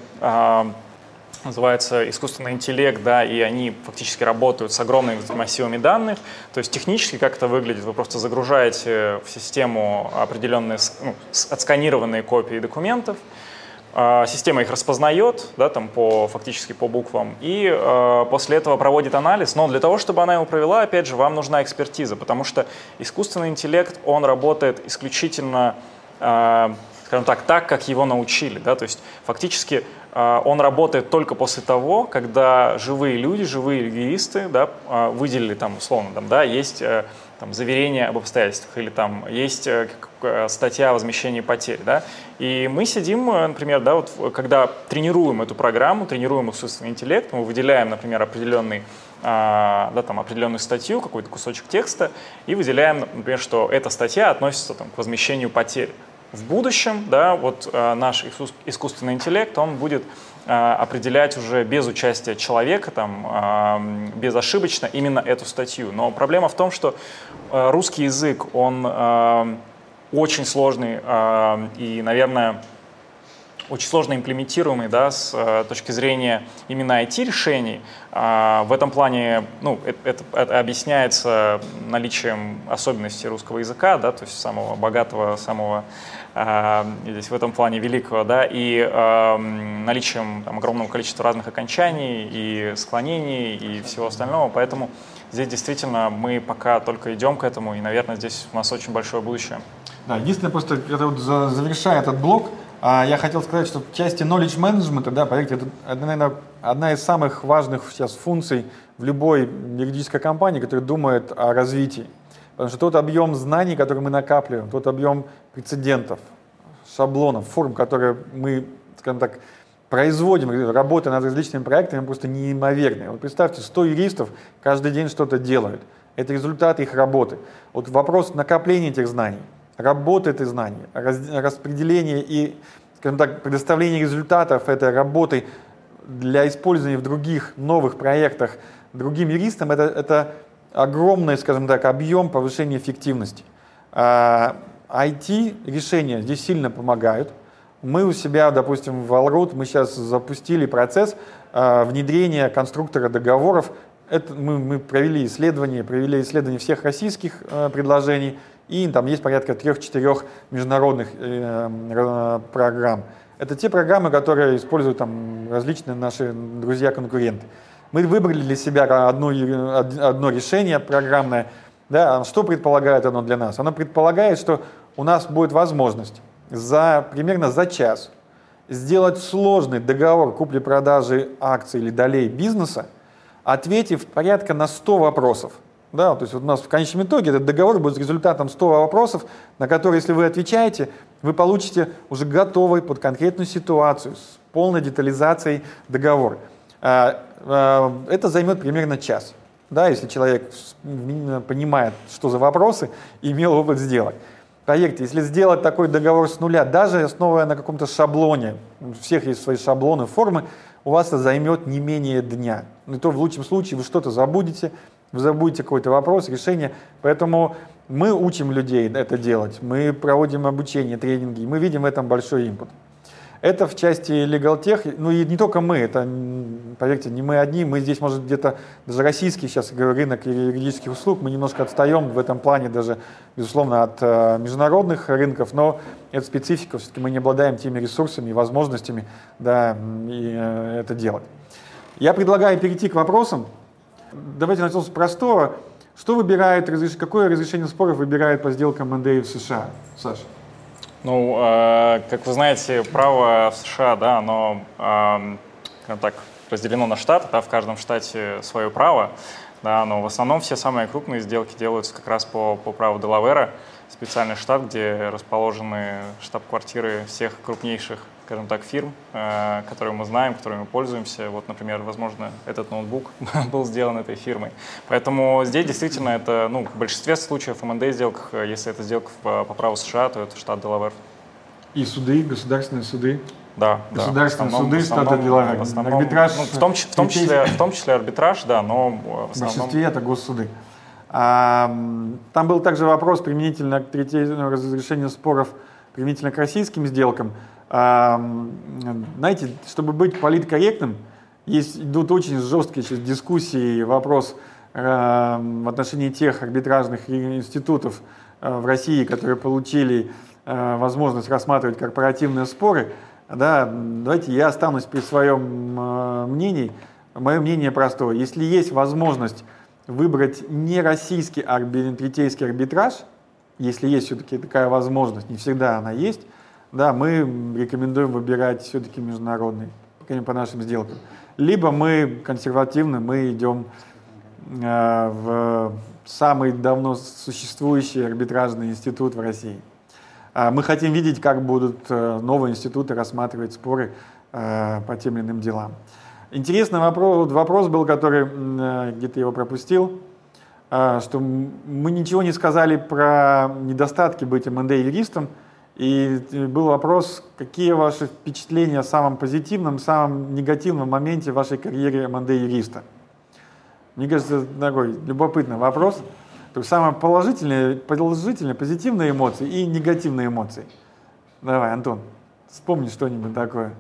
называются искусственный интеллект, да, и они фактически работают с огромными массивами данных. То есть технически как это выглядит? Вы просто загружаете в систему определенные, ну, отсканированные копии документов, система их распознает, да, там по, фактически по буквам, и э, после этого проводит анализ. Но для того, чтобы она его провела, опять же, вам нужна экспертиза, потому что искусственный интеллект, он работает исключительно, э, скажем так, так, как его научили. Да? То есть фактически э, он работает только после того, когда живые люди, живые юристы, да, э, выделили там, условно, там, да, есть э, там, заверение об обстоятельствах или там есть э, статья о возмещении потерь, да, и мы сидим, например, да, вот, когда тренируем эту программу, тренируем искусственный интеллект, мы выделяем, например, определенный, а, да, там, определенную статью, какой-то кусочек текста, и выделяем, например, что эта статья относится там, к возмещению потерь. В будущем, да, вот а, наш искусственный интеллект, он будет а, определять уже без участия человека, там, а, безошибочно именно эту статью. Но проблема в том, что а, русский язык, он а, очень сложный э, и, наверное, очень сложно имплементируемый, да, с э, точки зрения именно ай ти-решений. Э, в этом плане, ну, это, это объясняется наличием особенностей русского языка, да, то есть самого богатого, самого э, здесь в этом плане великого, да, и э, наличием там, огромного количества разных окончаний и склонений и всего остального, поэтому здесь действительно мы пока только идем к этому, и, наверное, здесь у нас очень большое будущее. Да, единственное, просто это вот завершая этот блок, я хотел сказать, что в части knowledge management, да, поверьте, это, это, наверное, одна из самых важных сейчас функций в любой юридической компании, которая думает о развитии. Потому что тот объем знаний, который мы накапливаем, тот объем прецедентов, шаблонов, форм, которые мы, скажем так, производим, работая над различными проектами, просто неимоверные. Вот представьте, сто юристов каждый день что-то делают. Это результат их работы. Вот вопрос накопления этих знаний, работы этих знаний, распределение и, скажем так, предоставление результатов этой работы для использования в других новых проектах другим юристам, это, это огромный, скажем так, объем повышения эффективности. ай ти-решения здесь сильно помогают. Мы у себя, допустим, в Allroot, мы сейчас запустили процесс внедрения конструктора договоров. Это мы, мы провели исследование, провели исследование всех российских э, предложений, и там есть порядка трех-четырех международных э, э, программ. Это те программы, которые используют там, различные наши друзья-конкуренты. Мы выбрали для себя одно, одно решение программное. Да, что предполагает оно для нас? Оно предполагает, что у нас будет возможность за, примерно за час сделать сложный договор купли-продажи акций или долей бизнеса, ответив порядка на сто вопросов. Да, то есть вот у нас в конечном итоге этот договор будет результатом ста вопросов, на которые, если вы отвечаете, вы получите уже готовый под конкретную ситуацию с полной детализацией договор. Это займет примерно час, да, если человек понимает, что за вопросы, и имел опыт сделок. Поверьте, если сделать такой договор с нуля, даже основывая на каком-то шаблоне, у всех есть свои шаблоны, формы, у вас это займет не менее дня. И то в лучшем случае вы что-то забудете, вы забудете какой-то вопрос, решение. Поэтому мы учим людей это делать, мы проводим обучение, тренинги, мы видим в этом большой импут. Это в части LegalTech, ну и не только мы, это, поверьте, не мы одни, мы здесь, может, где-то даже российский сейчас, говорю, рынок юридических услуг, мы немножко отстаем в этом плане даже, безусловно, от э, международных рынков, но это специфика, все-таки мы не обладаем теми ресурсами и возможностями, да, и, э, это делать. Я предлагаю перейти к вопросам. Давайте начнем с простого. Что выбирает, разреш... какое разрешение споров выбирает по сделкам эм энд эй в США? Саша? Ну, э, как вы знаете, право в США, да, оно, э, скажем так, разделено на штаты, да, в каждом штате свое право, да, но в основном все самые крупные сделки делаются как раз по, по праву Делавера, специальный штат, где расположены штаб-квартиры всех крупнейших, скажем так, фирм, э, которые мы знаем, которыми мы пользуемся. Вот, например, возможно, этот ноутбук был сделан этой фирмой. Поэтому здесь действительно это, ну, в большинстве случаев эм энд эй сделок, если это сделка по, по праву США, то это штат Делавер. И суды, государственные суды? Да, государственные да. В основном, суды штата Делавер. В основном, арбитраж, ну, в, том, в, том числе, в том числе арбитраж, да, но в основном... В большинстве это госсуды. А, там был также вопрос применительно к третьему разрешению споров, применительно к российским сделкам. А, знаете, чтобы быть политкорректным, есть, идут очень жесткие сейчас дискуссии, вопрос а, в отношении тех арбитражных институтов а, в России, которые получили а, возможность рассматривать корпоративные споры. Да, давайте я останусь при своем а, мнении. Мое мнение простое. Если есть возможность выбрать не российский арби- третейский арбитраж, если есть все-таки такая возможность, не всегда она есть, да, мы рекомендуем выбирать все-таки международный, по нашим сделкам. Либо мы консервативны, мы идем э, в самый давно существующий арбитражный институт в России. Э, мы хотим видеть, как будут э, новые институты рассматривать споры э, по тем или иным делам. Интересный вопрос, вопрос был, который э, где-то его пропустил, э, что мы ничего не сказали про недостатки быть эм энд эй-юристом. И был вопрос, какие ваши впечатления о самом позитивном, самом негативном моменте в вашей карьере эм энд эй-юриста? Мне кажется, это такой любопытный вопрос. То есть самые положительные, положительные, позитивные эмоции и негативные эмоции. Давай, Антон, вспомни что-нибудь такое.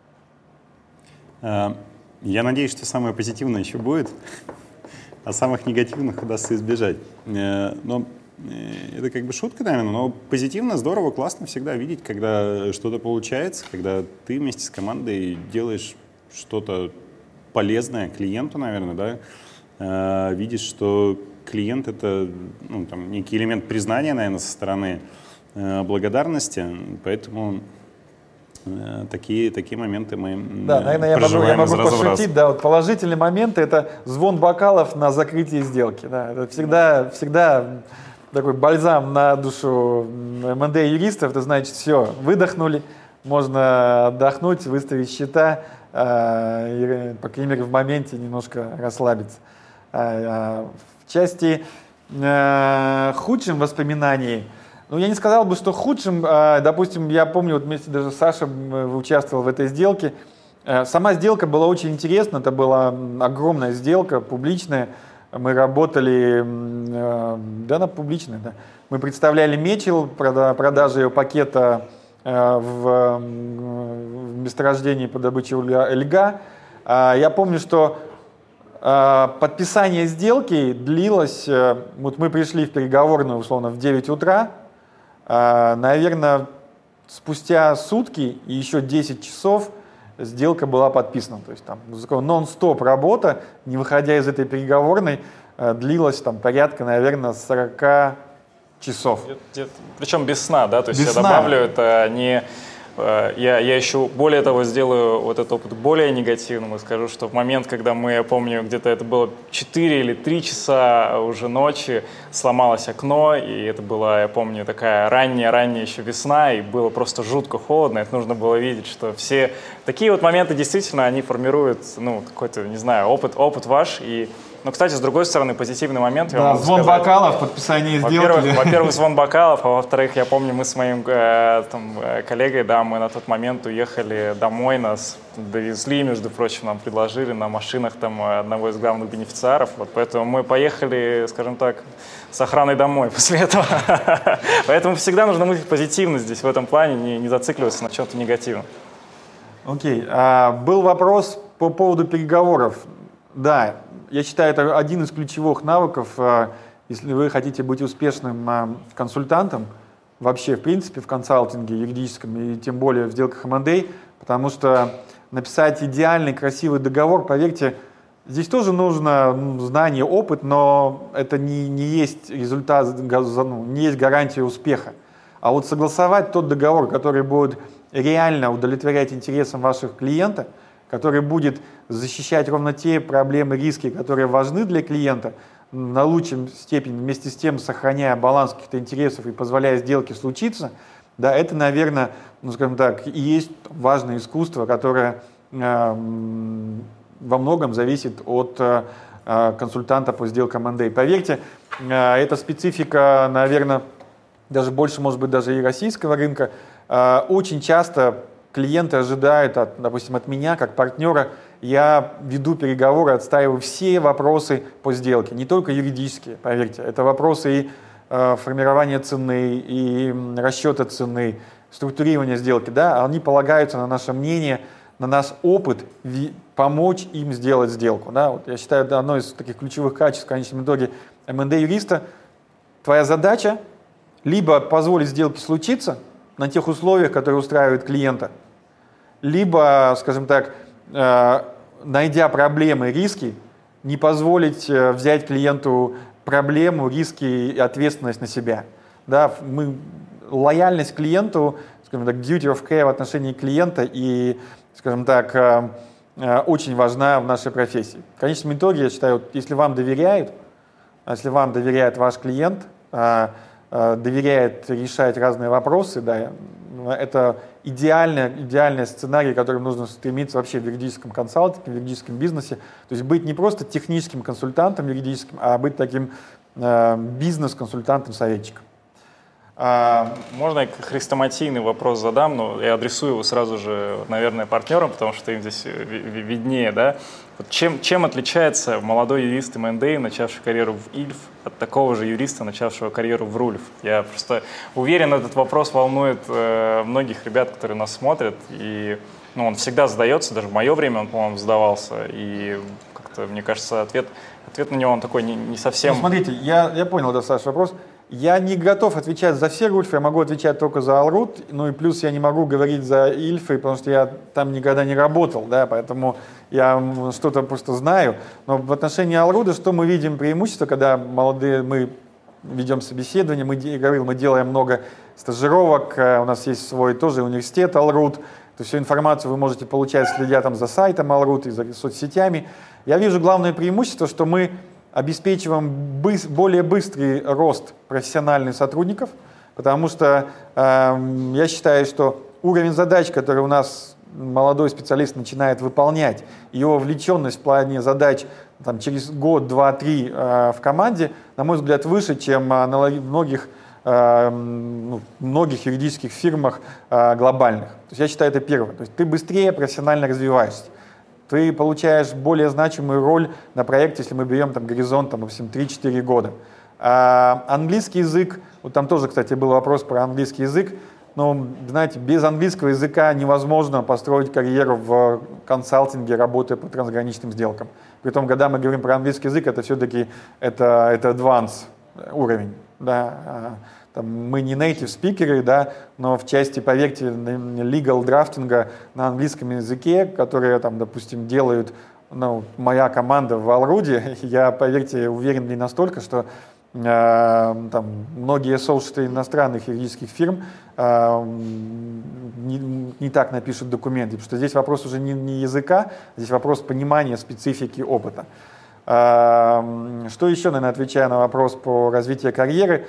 Я надеюсь, что самое позитивное еще будет, а самых негативных удастся избежать. Но это как бы шутка, наверное, но позитивно, здорово, классно всегда видеть, когда что-то получается, когда ты вместе с командой делаешь что-то полезное клиенту, наверное, да, видишь, что клиент — это, ну, там, некий элемент признания, наверное, со стороны благодарности, поэтому такие, такие моменты мы да, наверное, я могу, я могу пошутить, да, вот положительные моменты — это звон бокалов на закрытии сделки, да, это всегда, всегда такой бальзам на душу эм энд эй-юристов, это значит, все, выдохнули, можно отдохнуть, выставить счета, э, и, по крайней мере, в моменте немножко расслабиться. Э, в части э, худшим воспоминаний, ну, я не сказал бы, что худшим, э, допустим, я помню, вот вместе даже с Сашей участвовал в этой сделке. Э, сама сделка была очень интересна, это была огромная сделка, публичная. Мы работали, э, да, она публичная, да. Мы представляли Мечел, продажи ее пакета э, в, в месторождении по добыче Эльга. Э, я помню, что э, подписание сделки длилось, э, вот мы пришли в переговорную, условно, в девять утра, э, наверное, спустя сутки и еще десять часов сделка была подписана. То есть там нон-стоп работа, не выходя из этой переговорной, длилась там порядка, наверное, сорок часов. Причем без сна, да? То есть без я сна. добавлю, это не... Я, я еще более того сделаю вот этот опыт более негативным и скажу, что в момент, когда мы, я помню, где-то это было четыре или три часа уже ночи, сломалось окно, и это была, я помню, такая ранняя-ранняя еще весна, и было просто жутко холодно, это нужно было видеть, что все такие вот моменты действительно, они формируют, ну, какой-то, не знаю, опыт, опыт ваш, и ну, кстати, с другой стороны, позитивный момент. Я да, могу звон сказать. бокалов, подписание сделки. Во-первых, во-первых, звон бокалов, а во-вторых, я помню, мы с моим э, там, коллегой, да, мы на тот момент уехали домой, нас довезли, между прочим, нам предложили на машинах там одного из главных бенефициаров, вот, поэтому мы поехали, скажем так, с охраной домой после этого. Поэтому всегда нужно мыслить позитивно здесь в этом плане, не, не зацикливаться на чем-то негативном. Окей. Okay. А, был вопрос по поводу переговоров. Да, я считаю, это один из ключевых навыков, а, если вы хотите быть успешным а, консультантом, вообще, в принципе, в консалтинге юридическом и тем более в сделках эм энд эй, потому что написать идеальный, красивый договор, поверьте, здесь тоже нужно ну, знание, опыт, но это не, не есть результат, ну, не есть гарантия успеха. А вот согласовать тот договор, который будет реально удовлетворять интересам ваших клиента, который будет защищать ровно те проблемы, риски, которые важны для клиента, на лучшем степени, вместе с тем сохраняя баланс каких-то интересов и позволяя сделке случиться, да, это, наверное, ну, скажем так, и есть важное искусство, которое э, во многом зависит от э, консультанта по сделкам эм энд эй. Поверьте, э, эта специфика, наверное, даже больше, может быть, даже и российского рынка. Э, очень часто клиенты ожидают, от, допустим, от меня, как партнера, я веду переговоры, отстаиваю все вопросы по сделке, не только юридические, поверьте. Это вопросы и э, формирования цены, и расчета цены, структурирования сделки. Да? Они полагаются на наше мнение, на наш опыт, помочь им сделать сделку. Да? Вот я считаю, это одно из таких ключевых качеств в конечном итоге эм энд эй-юриста. Твоя задача либо позволить сделке случиться на тех условиях, которые устраивают клиента, либо, скажем так, найдя проблемы, риски, не позволить взять клиенту проблему, риски и ответственность на себя. Да, мы, лояльность клиенту, скажем так, duty of care в отношении клиента и, скажем так, очень важна в нашей профессии. В конечном итоге, я считаю, если вам доверяют, если вам доверяет ваш клиент, доверяет решать разные вопросы, да, это идеальный, идеальный сценарий, к которому нужно стремиться вообще в юридическом консалтинге, в юридическом бизнесе. То есть быть не просто техническим консультантом юридическим, а быть таким э, бизнес-консультантом-советчиком. Можно я хрестоматийный вопрос задам, но я адресую его сразу же, наверное, партнерам, потому что им здесь виднее, да? Вот чем, чем отличается молодой юрист эм энд эй, начавший карьеру в ИЛЬФ, от такого же юриста, начавшего карьеру в РУЛЬФ? Я просто уверен, этот вопрос волнует э, многих ребят, которые нас смотрят, и ну, он всегда задается, даже в мое время он, по-моему, задавался, и как-то, мне кажется, ответ, ответ на него он такой не, не совсем... Ну, смотрите, я, я понял, да, Саша, вопрос. Я не готов отвечать за все РУЛЬФы, я могу отвечать только за АЛРУД, ну и плюс я не могу говорить за ИЛЬФы, потому что я там никогда не работал, да, поэтому я что-то просто знаю. Но в отношении АЛРУДа, что мы видим преимущество, когда молодые, мы ведем собеседование, мы, я говорил, мы делаем много стажировок, у нас есть свой тоже университет АЛРУД, то всю информацию вы можете получать, следя там за сайтом АЛРУД и за соцсетями. Я вижу главное преимущество, что мы обеспечиваем быс- более быстрый рост профессиональных сотрудников, потому что э, я считаю, что уровень задач, который у нас молодой специалист начинает выполнять, его вовлеченность в плане задач там, через год, два, три э, в команде, на мой взгляд, выше, чем на многих, э, ну, многих юридических фирмах э, глобальных. То есть я считаю, это первое. То есть ты быстрее профессионально развиваешься. Ты получаешь более значимую роль на проекте, если мы берем там, горизонт, там, допустим, три-четыре года. А английский язык, вот там тоже, кстати, был вопрос про английский язык, но, знаете, без английского языка невозможно построить карьеру в консалтинге, работая по трансграничным сделкам. Притом, когда мы говорим про английский язык, это все-таки это, это advanced уровень. Да. Там, мы не native спикеры, да, но в части, поверьте, legal драфтинга на английском языке, которые, там, допустим, делают ну, моя команда в АЛРУДе, я, поверьте, уверен не настолько, что э, там, многие соушеты иностранных юридических фирм э, не, не так напишут документы, потому что здесь вопрос уже не, не языка, здесь вопрос понимания специфики опыта. Э, что еще, наверное, отвечая на вопрос по развитию карьеры,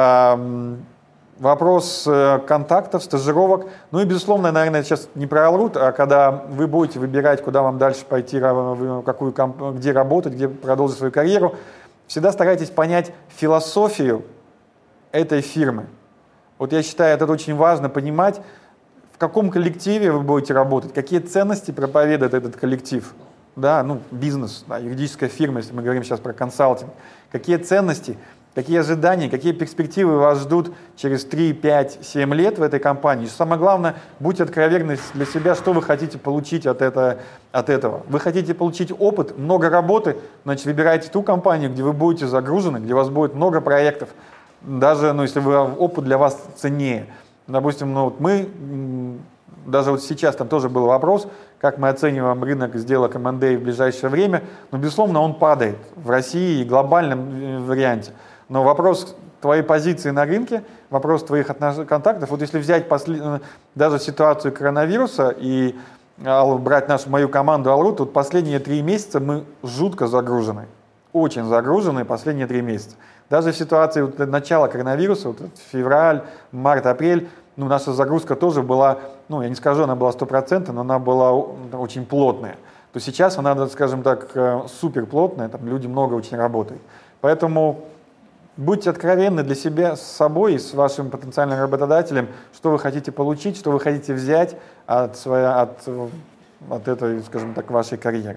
вопрос контактов, стажировок. Ну и, безусловно, наверное, сейчас не про АЛРУД, а когда вы будете выбирать, куда вам дальше пойти, какую, где работать, где продолжить свою карьеру, всегда старайтесь понять философию этой фирмы. Вот я считаю, это очень важно понимать, в каком коллективе вы будете работать, какие ценности проповедует этот коллектив. Да, ну, бизнес, да, юридическая фирма, если мы говорим сейчас про консалтинг. Какие ценности, какие ожидания, какие перспективы вас ждут через три, пять, семь лет в этой компании. Самое главное, будьте откровенны для себя, что вы хотите получить от, это, от этого. Вы хотите получить опыт, много работы, значит, выбирайте ту компанию, где вы будете загружены, где у вас будет много проектов, даже ну, если вы, опыт для вас ценнее. Допустим, ну, вот мы, даже вот сейчас там тоже был вопрос, как мы оцениваем рынок сделок эм энд эй в ближайшее время. Но, безусловно, он падает в России и глобальном варианте. Но вопрос твоей позиции на рынке, вопрос твоих отнош... контактов, вот если взять послед... даже ситуацию коронавируса и брать нашу, мою команду Алру, тут последние три месяца мы жутко загружены, очень загружены последние три месяца. Даже в ситуации вот, начала коронавируса, вот, февраль, март, апрель, ну, наша загрузка тоже была, ну, я не скажу, она была стопроцентная, но она была очень плотная. То сейчас она, скажем так, супер плотная, там люди много очень работают. Поэтому будьте откровенны для себя с собой и с вашим потенциальным работодателем, что вы хотите получить, что вы хотите взять от, своей, от, от этой, скажем так, вашей карьеры.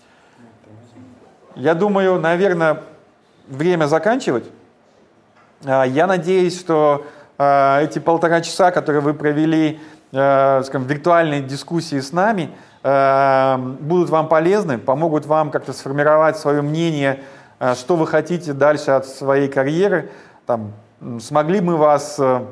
Я думаю, наверное, время заканчивать. Я надеюсь, что эти полтора часа, которые вы провели, скажем, в виртуальной дискуссии с нами, будут вам полезны, помогут вам как-то сформировать свое мнение, что вы хотите дальше от своей карьеры. Там, смогли мы вас в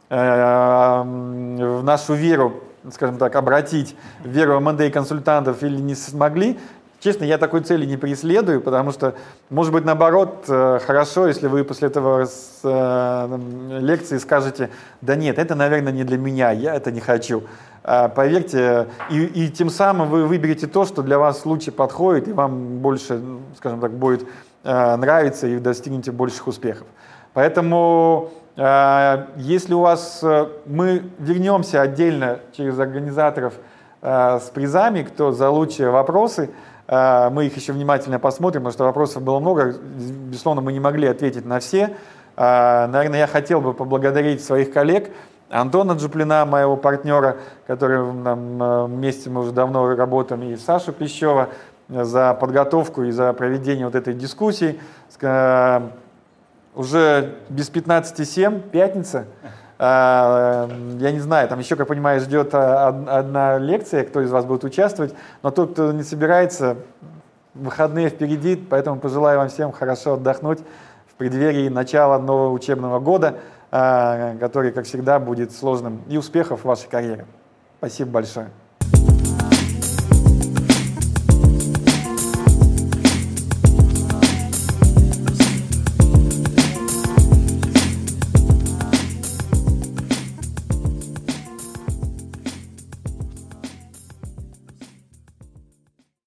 нашу веру, скажем так, обратить, в веру эм энд эй-консультантов или не смогли. Честно, я такой цели не преследую, потому что, может быть, наоборот, хорошо, если вы после этого с, э, лекции скажете, да нет, это, наверное, не для меня, я это не хочу. А, поверьте, и, и тем самым вы выберете то, что для вас лучше подходит, и вам больше, скажем так, будет э, нравиться, и достигнете больших успехов. Поэтому, э, если у вас... Э, мы вернемся отдельно через организаторов э, с призами, кто за лучшие вопросы. Мы их еще внимательно посмотрим, потому что вопросов было много. Безусловно, мы не могли ответить на все. Наверное, я хотел бы поблагодарить своих коллег. Антона Джуплина, моего партнера, который нам вместе мы уже давно работаем, и Сашу Плещева за подготовку и за проведение вот этой дискуссии. Уже без пятнадцати семь, пятница. Я не знаю, там еще, как понимаешь, ждет одна лекция, кто из вас будет участвовать, но тот, кто не собирается, выходные впереди, поэтому пожелаю вам всем хорошо отдохнуть в преддверии начала нового учебного года, который, как всегда, будет сложным, и успехов в вашей карьере. Спасибо большое.